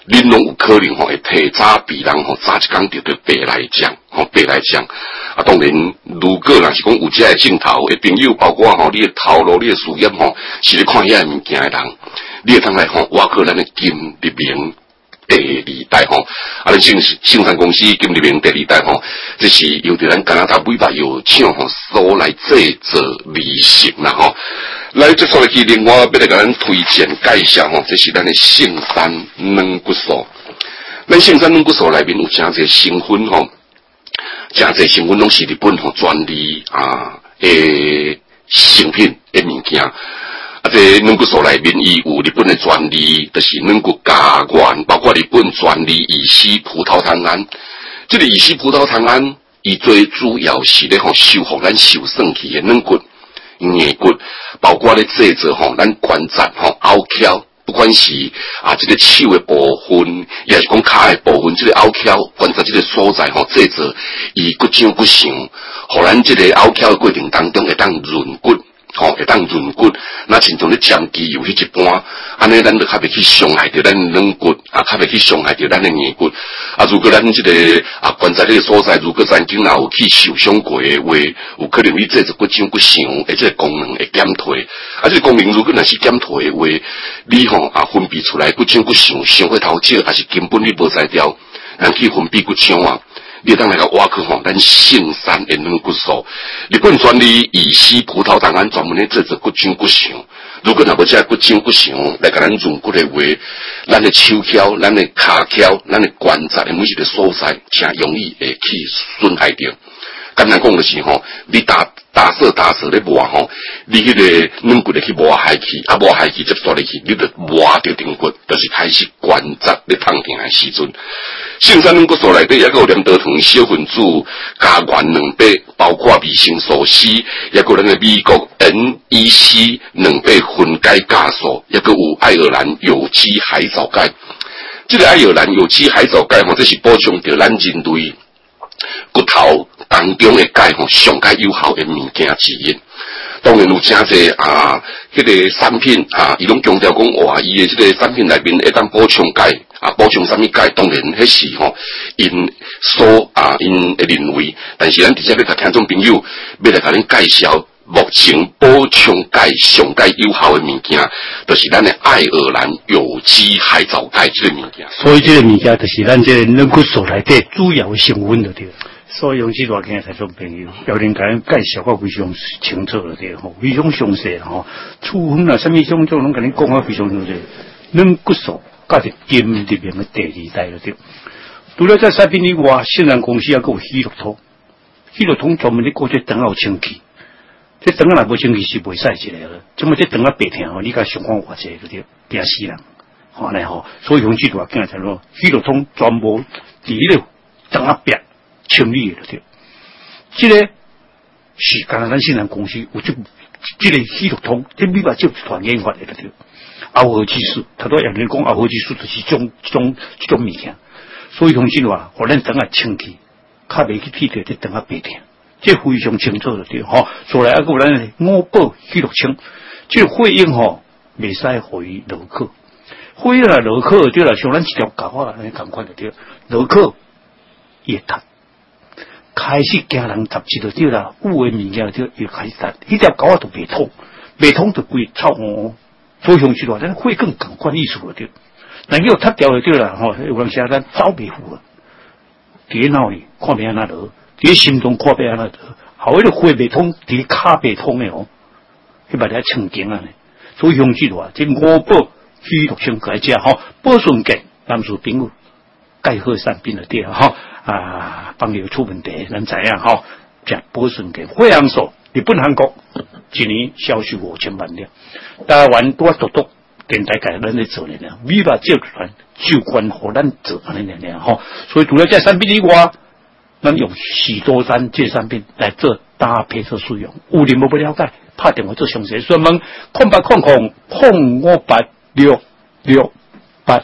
恁拢有可能吼会提早比人吼早一工得到白来奖，吼白来奖。啊，当然，如果若是讲有这个镜頭的朋友，包括吼你的頭路、你的事業吼，是咧看遐物件的人，你會當來吼挖去咱的金立明第二代吼，啊，咱信信產公司金立明第二代吼，這是由着咱加拿大尾巴藥廠吼所來製作而成啦吼。來，接下來去另外要來甲咱推薦介紹吼，這是咱的聖山軟骨素。咱聖山軟骨素內面有誠濟成分吼。誠濟成分攏是日本吼專利啊誒成品誒物件，啊，這軟骨素內面伊有日本誒專利，就是軟骨加原，包括日本專利乙烯葡萄糖胺。這個乙烯葡萄糖胺，伊最主要是咧吼修復咱受損去誒軟骨、硬骨，包括咧製作吼咱關節吼拗翹。不管是啊，這個手的部分，也是講腳的部分，這個拗翹關節這個所在吼，製作伊骨長骨長，互咱這個拗翹的過程當中會當潤骨，吼會當潤骨，那親像咧針機有迄一般，安尼咱就較袂去傷害着咱軟骨，啊較袂去傷害着咱的硬骨。啊，如果咱這個啊關節這個所在，如果曾經若有去受傷過的話，有可能你製作骨長骨長，而這個功能會減退。啊，這個功能如果若是減退的話，你吼啊分泌出來骨長骨長，傷過頭少，還是根本你無才調，人去分泌骨長啊。你當來個挖去吼，咱聖山的軟骨素，日本專利乙烯葡萄糖胺專門咧製作骨長骨長。如果若無這骨長骨長來甲咱潤骨的話，咱的手翹、咱的骹翹、咱的關節的每一個所在，誠容易會去損害掉。簡單講就是吼，你打打掃打掃咧磨吼，你迄個軟骨咧去磨害去，啊磨害去接觸入去，你就磨着頂骨，就是開始關節咧痛痛的時陣。聖山軟骨素內底也有兩道糖小分子加原兩百，包括維生素 C， 也有咱個美國 N E C 兩百分解酵素，也有有愛爾蘭有機海藻鈣。這個愛爾蘭有機海藻鈣吼，這是補充着咱人類骨頭當中的鈣吼，上較有效的物件之一。當然有誠濟啊，迄、那個產品啊，伊攏強調講哇，伊的這個產品內面會當補充鈣啊，補充啥物鈣？當然迄是吼，因所啊因會認為，但是咱直接要甲聽眾朋友，要來甲恁介紹目前補充鈣上較有效的物件，就是咱的愛爾蘭有機海藻鈣這個物件。 所以這個物件就是咱這個軟骨素內底主要的成分就對了。所以用這段聽聽眾朋友，有人甲咱介紹個非常清楚了對吼，非常詳細吼，處分啊，什麼種種攏甲你講啊，非常詳細。軟骨素甲是金入面嘅第二代了對。除了在產品以外，聖山公司也有喜樂通，喜樂通專門咧搞這腸仔清氣，這腸仔若無清氣是袂使一個了。咁啊，這腸仔白疼吼，你甲想看偌濟了對，驚死人，吼咧吼。所以用這段聽聽咯，喜樂通專門佇迄個腸仔白。清理的對，這個是加拿大聖山公司有這這個喜樂通，這美國就團研發的對。熬合技術，他都有人講熬合技術就是種種這種物件，所以同時話，互咱等下清氣，較袂去剃掉這等下白疼，這非常清楚的對吼。所來啊個咱五寶喜樂清，這個血液吼袂使互伊落去，血液啊落去對啦，像咱一條狗啊安尼共款的對，落去伊會塌。開始驚人雜誌就對啦，有誒物件就要開始塌，迄條狗仔都袂通，袂通就規臭哦。所以上去話，咱血更共款意思就對。但叫塌掉就對啦，吼，有人寫咱走袂赴啊，佇腦裡看袂安那落，佇心中看袂安那落，後尾個血袂通，佇骹袂通誒哦，迄把咧清經啊呢。所以上去話，這五寶喜樂清改只吼，保順健男士朋友介好產品就對啦，吼。啊，朋友出問題，咱知影吼，食保順健血氧素，日本、韓國一年銷售五千萬兩，台灣拄啊獨獨電台界咱咧做呢啦，美國集團就關乎咱做安尼呢吼，所以除了這產品以外，咱用許多山這產品來做搭配做使用，有人無不了解，拍電話做詳細詢問，空八空空空五八六六八。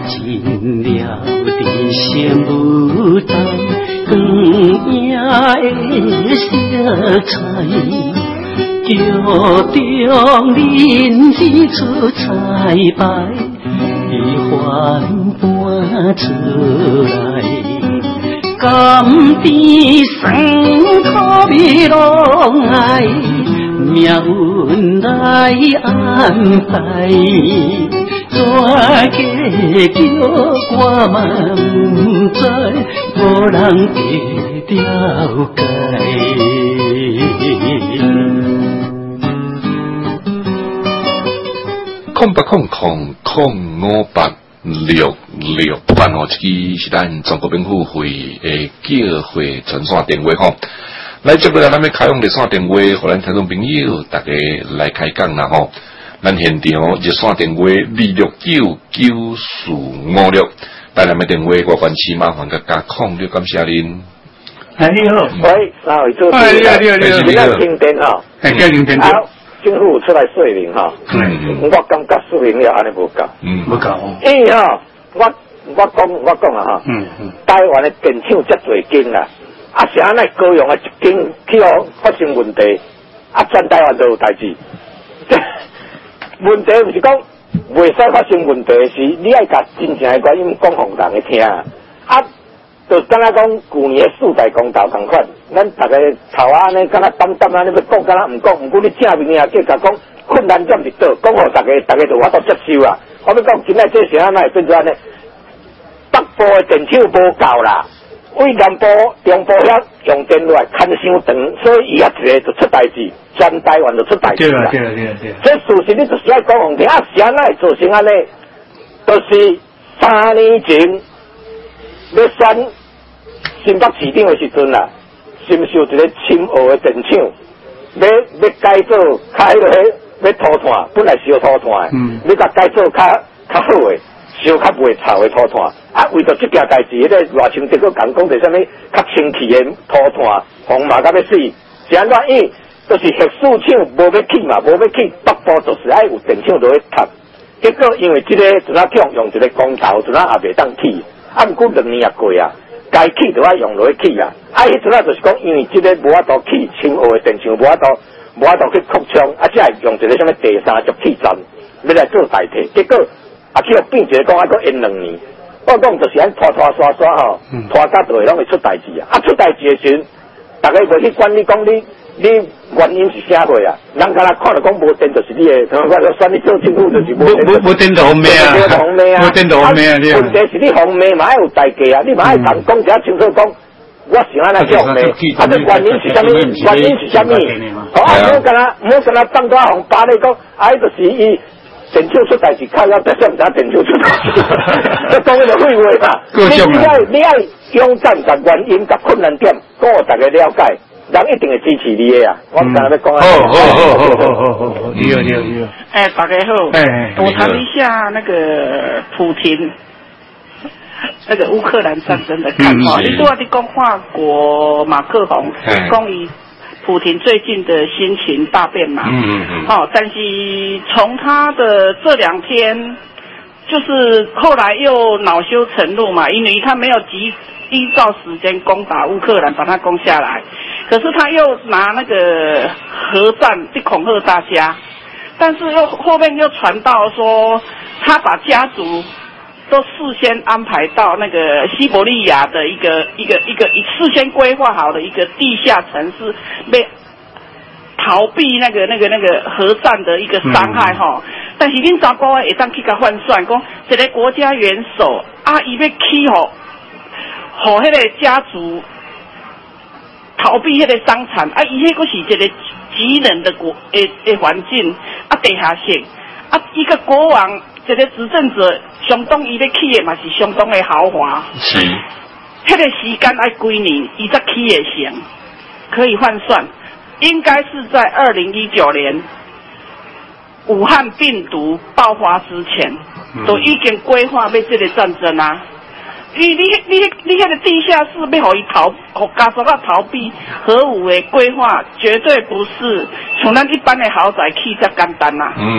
进了地心舞台，光影的色彩，桥中人日出彩排，一环搬出来，甘甜酸苦味拢爱，命运来安排。怎结局我嘛不知，无人会了解。 空八空空空五八六六八哦，这个是咱中国兵库会诶叫会专线电话吼。来接下来咱们开用热线电话，互咱听众朋友大家来开讲啦吼。咱现场热线电话二六九九四五六，带咱们电话我关系麻烦个加空六，感谢您。 哎，你好，喂，三位主持人，你好，你好，你好，你好，停电哈， 哎，叫停电。 政府出来说明哈，嗯，我感觉说明了安尼无够， 嗯，无够。 因为哈，我我讲我讲啊哈，嗯嗯，台湾的电厂遮侪间啦，啊，是安尼高雄的一间去哦发生问题，啊，全台湾都有代志。问题毋是讲袂使发生问题的是，你爱甲真正的原因讲互人个听啊，啊，就敢若讲旧年的四大公投同款，咱逐个头安尼敢若担担安尼要讲，敢若毋讲，毋过你正面啊，计甲讲困难点伫倒，讲互逐个逐个就法度接受啊。我要讲今仔这是安尼变做安尼，北部的电厂无够啦。为南部、中部遐用电落来牵伤长，所以伊遐一个就出代志，全台湾就出代志啦。 对啦，对啦，对啦。 这事实你就是爱讲互听，啊，是安怎会造成安尼？就是三年前要选新北市长的时阵啦，是毋是有一个深澳的电厂要要改造较迄个要涂炭，本来是要涂炭的，嗯，要甲改造较较好的。烧较袂臭的土炭，啊，为着这件代志，迄个偌清这个讲讲着啥物较清气的土炭，红嘛甲要死，是安怎？因为就是核四厂无要起嘛，无要起，北部就是爱有电厂落去塌，结果因为这个阵仔厂用一个公投，阵仔也袂当起，啊，毋过两年也过啊，该起就爱用落去起啊，啊，迄阵仔就是讲，因为这个无法度起，深澳的电厂无法度无法度去扩充，啊，只系用一个啥物第三级气站要来做代替，结果。啊，去互变一个讲，还佫延两年。我讲就是安拖拖刷刷吼，拖到落拢会出代志啊！啊，出代志的时阵，大家袂去管你讲你你原因是啥货啊？人家若看到讲无电就是你的，像我说选你做政府就是无电。 无无电就红咩啊？ 红咩啊？ 无电就红咩啊？ 问题是你红咩嘛爱有代价啊！你嘛爱讲讲一下清楚讲，我想安尼叫咩？啊，这原因是啥物？原因是啥物？哦，啊，唔好跟他唔好跟他放大红把你讲，啊，就是伊。电厂出代志，靠要得上啥电厂出代志，这讲迄个废话嘛。你爱你爱勇敢甲原因甲困难点，讲互大家了解，人一定会支持你的啊。我今日要讲啊。 好好好好好好好好，你好你好你好。 哎，大家好。哎，我谈一下那个普廷，那个乌克兰战争的看法。你都要你讲法国马克宏讲伊。普廷最近的心情大变嘛，嗯嗯嗯，好、哦，但是从他的这两天，就是后来又恼羞成怒嘛，因为他没有及依照时间攻打乌克兰，把它攻下来，可是他又拿那个核战去恐吓大家，但是又后面又传到说他把家族。都事先安排到那个西伯利亚的一个一个一个事先规划好的一个地下城市，被逃避那个那个那个核战的一个伤害哈、嗯。但是恁查甫诶会当去甲换算，讲一个国家元首啊，伊要去吼，互迄个家族逃避迄个伤残啊，伊迄个是一个极冷的国诶诶环境啊，地下室啊，伊个国王。这个执政者相当伊要起的嘛是相当的豪华，是，迄个时间爱几年，伊才起的成，可以换算，应该是在二零一九年武汉病毒爆发之前，嗯、都已经规划要这个战争啊。你你你你迄个地下室要互伊逃，互家属啊逃避核武的规划，绝对不是像咱一般的豪宅起遮简单呐、啊。嗯。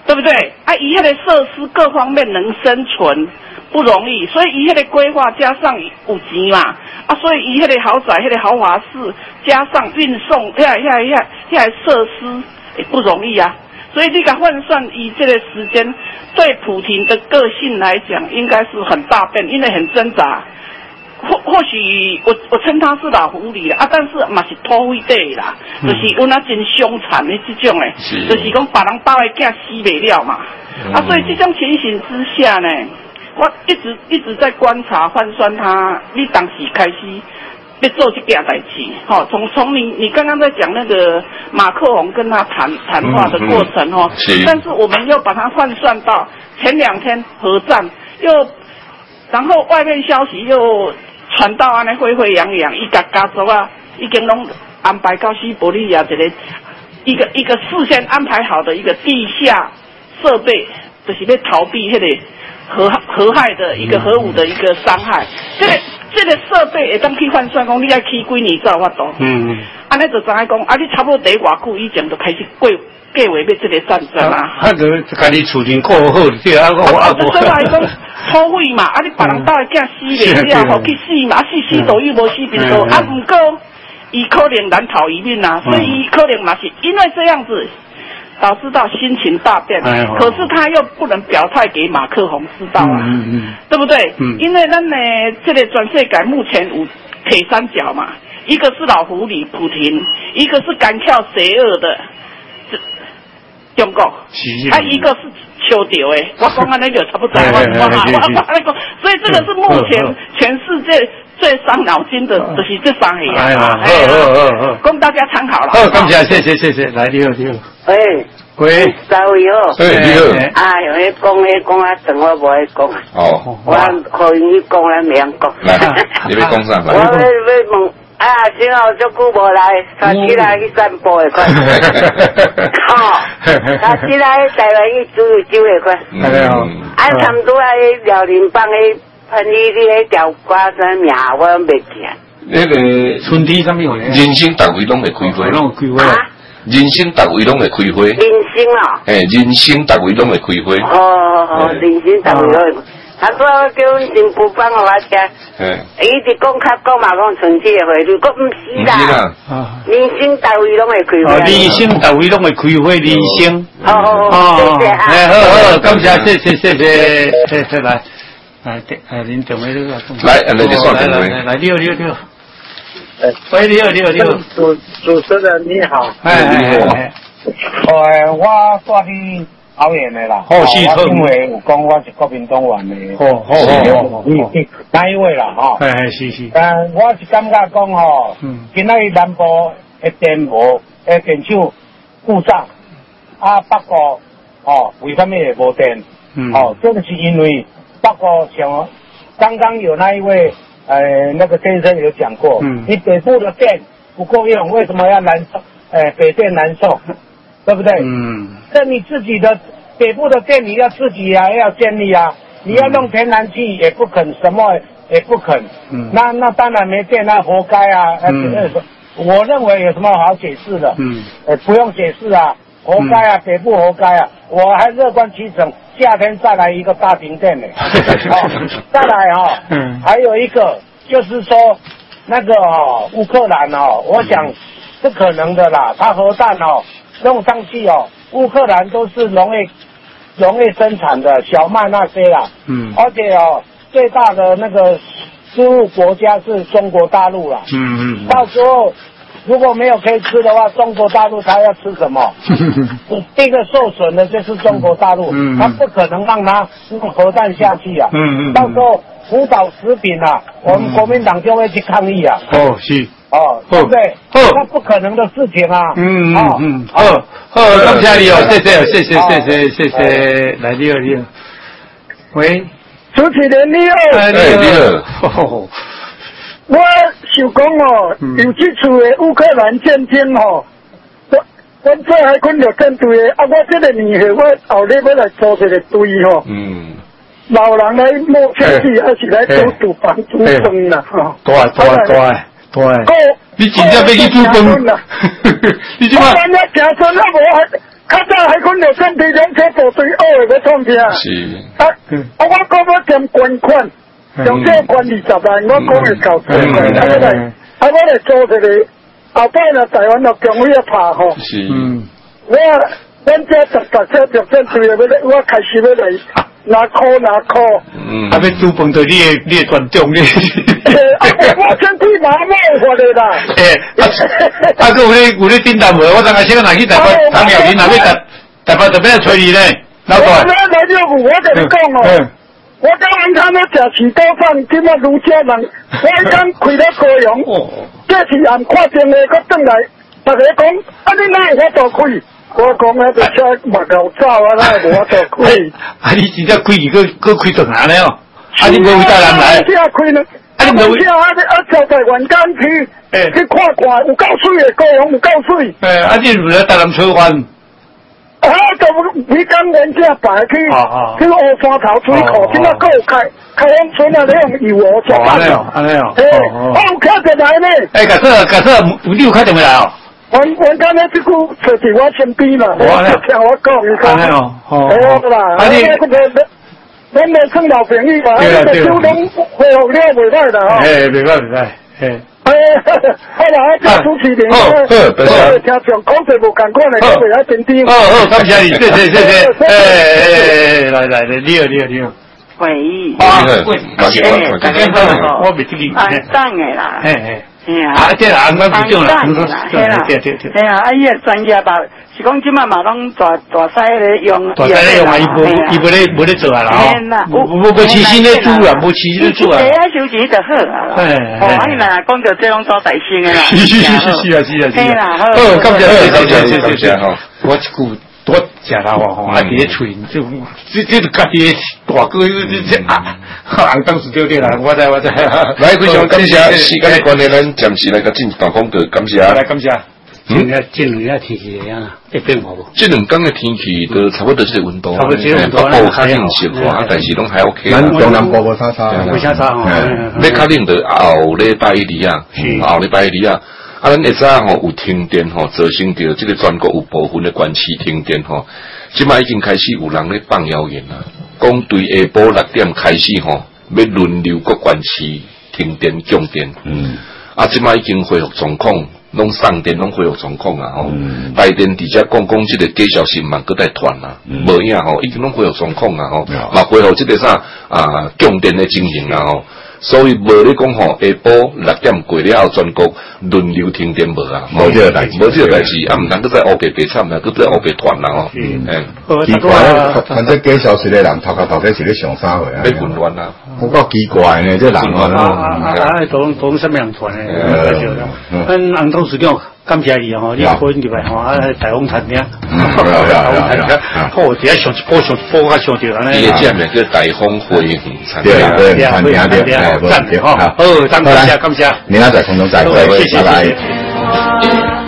对不对？啊，伊迄个设施各方面能生存不容易，所以伊迄个规划加上有钱嘛，啊，所以伊迄个豪宅、迄个豪华室加上运送，遐遐遐遐设施也不容易啊。所以你甲换算以这个时间，对普廷的个性来讲，应该是很大变，因为很挣扎。或或许我我称他是老狐狸啦，啊，但是嘛是土匪底啦，嗯、就是阮啊真凶残的这种诶，就是讲把人包的囝死袂了嘛，嗯、啊，所以这种情形之下呢，我一直一直在观察换算他，你当时开始要做这件代志，吼、哦，从从你你刚刚在讲那个马克宏跟他谈谈话的过程哦，嗯嗯、但是我们又把它换算到前两天核战又，然后外面消息又。传到安尼沸沸扬扬，伊甲家族啊，已经拢安排到西伯利亚一个一个一个事先安排好的一个地下设备，就是要逃避迄个核核害的一个核武的一个伤害。这个这个设备会当去换算讲，你爱起几年才有法度？嗯，安尼就知影讲，啊，你差不多第偌久以前就开始过计划要这个战争啊。 啊，就家己厝前顾好，对啊，我啊无。土匪嘛，啊！你别人家的囝死袂了，吼去死嘛，啊死死倒又无死平倒，啊毋过伊可能难逃一命呐，所以伊可能嘛是因为这样子导致到心情大变，可是他又不能表态给马克宏知道啊，嗯嗯、对不对？嗯、因为咱呢这个全世界目前有铁三角嘛，一个是老狐狸普廷，一个是干跳邪恶的中国，啊一个是。秋掉诶，我讲安尼就差不多，我我我我讲，所以这个是目前全世界最伤脑筋的，就是这三个啊。哎呀，好好好好，供大家参考了。 好，感谢，谢谢谢谢，来你好你好。 喂喂， 三位好。 哎你好。 啊，用迄讲迄讲啊，等我无爱讲。 哦。 我互因去讲咱袂晓讲。 来，你要讲啥？ 我要要问。啊，幸好足久无来，他起来去散步的款。好，他起来台湾去煮酒的款。啊，差不多啊，辽宁帮的喷你你迄条歌啥名，我袂记啊。 那个春天什么话？ 人生逐位拢会开花， 拢会开花。 人生逐位拢会开花。 人生哦。 诶，人生逐位拢会开花。 哦哦，人生逐位拢会。他说叫阮新妇帮我听，伊直讲较讲嘛讲春天的花，如果唔是啦，人生逐位拢会开花。 人生逐位拢会开花，人生。 哦哦，谢谢啊。 哎，好好，感谢，谢谢，谢谢，谢谢来，来，哎，您准备这个。 来，来，你上来，来，来，六六六。喂，你好，你好，你好。 主主持人你好。 哎，你好。 哎，我挂去。桃园的啦， 好系统， 因为有讲我是国民党员的， 好好好， 哪一位啦？哈， 哎哎是是， 但我是感觉讲吼，今仔日南部的电无，诶电厂故障，啊北部哦为什么会无电？嗯，哦，这个是因为北部像刚刚有那一位呃那个先生有讲过，嗯，你北部的电不够用，为什么要难受？诶，北电难受。对不对？嗯，那你自己的北部的电你要自己啊要建立啊，你要用天然气也不肯，什么也不肯，嗯，那那当然没电，那活该啊。嗯，我认为有什么好解释的？嗯，呃，不用解释啊，活该啊，嗯、北部活该啊，我还乐观其成，夏天再来一个大停电呢。哦，再来哈、哦，嗯，还有一个就是说那个哦乌克兰哦，我想不可能的啦，它核弹哦。弄上去哦，乌克兰都是农业农业生产的小麦那些啦，嗯，而且哦，最大的那个输入国家是中国大陆啦，嗯嗯，到时候如果没有可以吃的话，中国大陆它要吃什么？第一个受损的就是中国大陆，嗯，它不可能让它用核弹下去啊，嗯嗯，到时候福岛食品啊，我们国民党就会去抗议啊， 哦是。 哦，对不对？那不可能的事情啊！ 嗯嗯嗯，好，好，感谢你哦，谢谢，谢谢，谢谢，谢谢，来你好，你好。喂， 主持人你好， 哎你好。 我想讲哦，有这次的乌克兰战争哦，我我这还困着战队的，啊，我这个年岁我后日要来组一个队吼。嗯。老人来摸车子，还是来煮煮饭煮饭啦，哈。 对对对。对，你真正要去煮饭？你即马？我今日行村啊，无较早海军就算地两车部队学的要创啥？ 是。 啊，啊，我讲要兼捐款，从这捐二十万，我讲会够多。啊，我来，啊，我来做一个，后摆呢，台湾落共位拍吼。 是。 嗯。我，咱这逐逐车逐车队要来，我开始要来。拿考拿考， 嗯，啊！要主碰到你的你的团长，你， 我身体麻木我的啦。 诶，啊，个有咧有咧订单无？我等下先拿去台北，唐耀林那边台台北这边催你呢，老大。 我来六五，我跟你讲哦，我刚刚他们食士多饭，今仔如家人，我刚开了高阳，这是按看电话搁转来，大家讲，啊，你哪有法度开？我讲啊，这车目够走啊，哪会无法度开？ 啊，你真正开去，搁搁开转下咧哦。啊，你无为大人来。 这开呢？啊，你无？啊，啊，交在员工去，去看看，有够水的，高阳有够水。 诶，啊，你唔来大人吃饭？ 啊，就你讲人家摆去，去乌山头水库，今仔搁有开开阳村啊，你用油哦，食饭哦。安尼哦。 诶，我有开电来呢。 诶，假设假设你有开电话来哦？ 我我刚才这句坐伫我身边啦，我就听我讲，伊讲， 哎哦啦，啊你这个，咱来算老朋友嘛，啊，这酒拢恢复了袂歹啦吼。 哎，袂歹袂歹，哎。 哎，好啦，我叫主持人， 好，好，多谢。 听上讲者无共款的，各位啊，真甜。 好好，感谢你，谢谢谢谢。哎哎，来来来，你好你好你好。 喂。 啊， 喂， 哎，大家好，我未记你。 啊，当的啦。 哎哎。 哎呀， 啊，这啦，我不中啦， 对啦，对对对，哎呀，啊，伊个专业吧，是讲即马嘛拢大大细咧用， 大细咧用啊，伊无伊无咧无咧做啊啦，吼，无无无起薪咧做啊，无起薪咧做啊， 第一收钱就好啊，哎，哦，啊，你若讲到这种做大生的啦， 是是是是是啊是啊是啊， 嘿啦，好， 感谢感谢谢谢谢谢哈，我一句。多食啦哇吼，啊伫咧喙，就这这就家己大哥这这啊，人当时对对啦，我知我知。 来，非常感谢时间的关系，咱暂时来个进段广告，感谢。 来感谢。嗯，这两日天气怎样啊？会变化无？ 这两天的天气都差不多这个温度， 差不多这个温度， 北部较冷些寡，但是拢还 OK。 咱中南部无啥差， 无啥差吼。 要较冷的后礼拜日啊，后礼拜日啊。啊，咱会知影吼有停电吼，造成着即个全国有部分的县市停电吼。即摆已经开始有人咧放谣言啦，讲对下晡六点开始吼，要轮流各县市停电降电。嗯。啊，即摆已经恢复状况，拢送电拢恢复状况啊吼。嗯。台电伫遮讲讲即个假消息嘛，搁在传啦，无影吼，已经拢恢复状况啊吼，嘛恢复即个啥啊降电的情形啊吼。所以无咧讲吼，下晡六点过了后，全国轮流停电无啊？ 无这个代志， 无这个代志，啊，毋通搁再乌白白惨啦，搁再乌白团啦吼。 诶，奇怪，反正假消息的人头壳头底是咧上啥货啊？ 要混乱啊！ 好够奇怪呢，这人啊！ 啊啊！讲讲什么人传诶？咱人董事长感谢你吼，你欢迎入来吼，啊，台风谈听，台风谈听，好，底下上一波上一波啊上着安尼。 伊个名叫台风会谈对对，谈听对， 赞的哈，好，感谢感谢， 明仔载空中再会， 谢谢。 拜拜。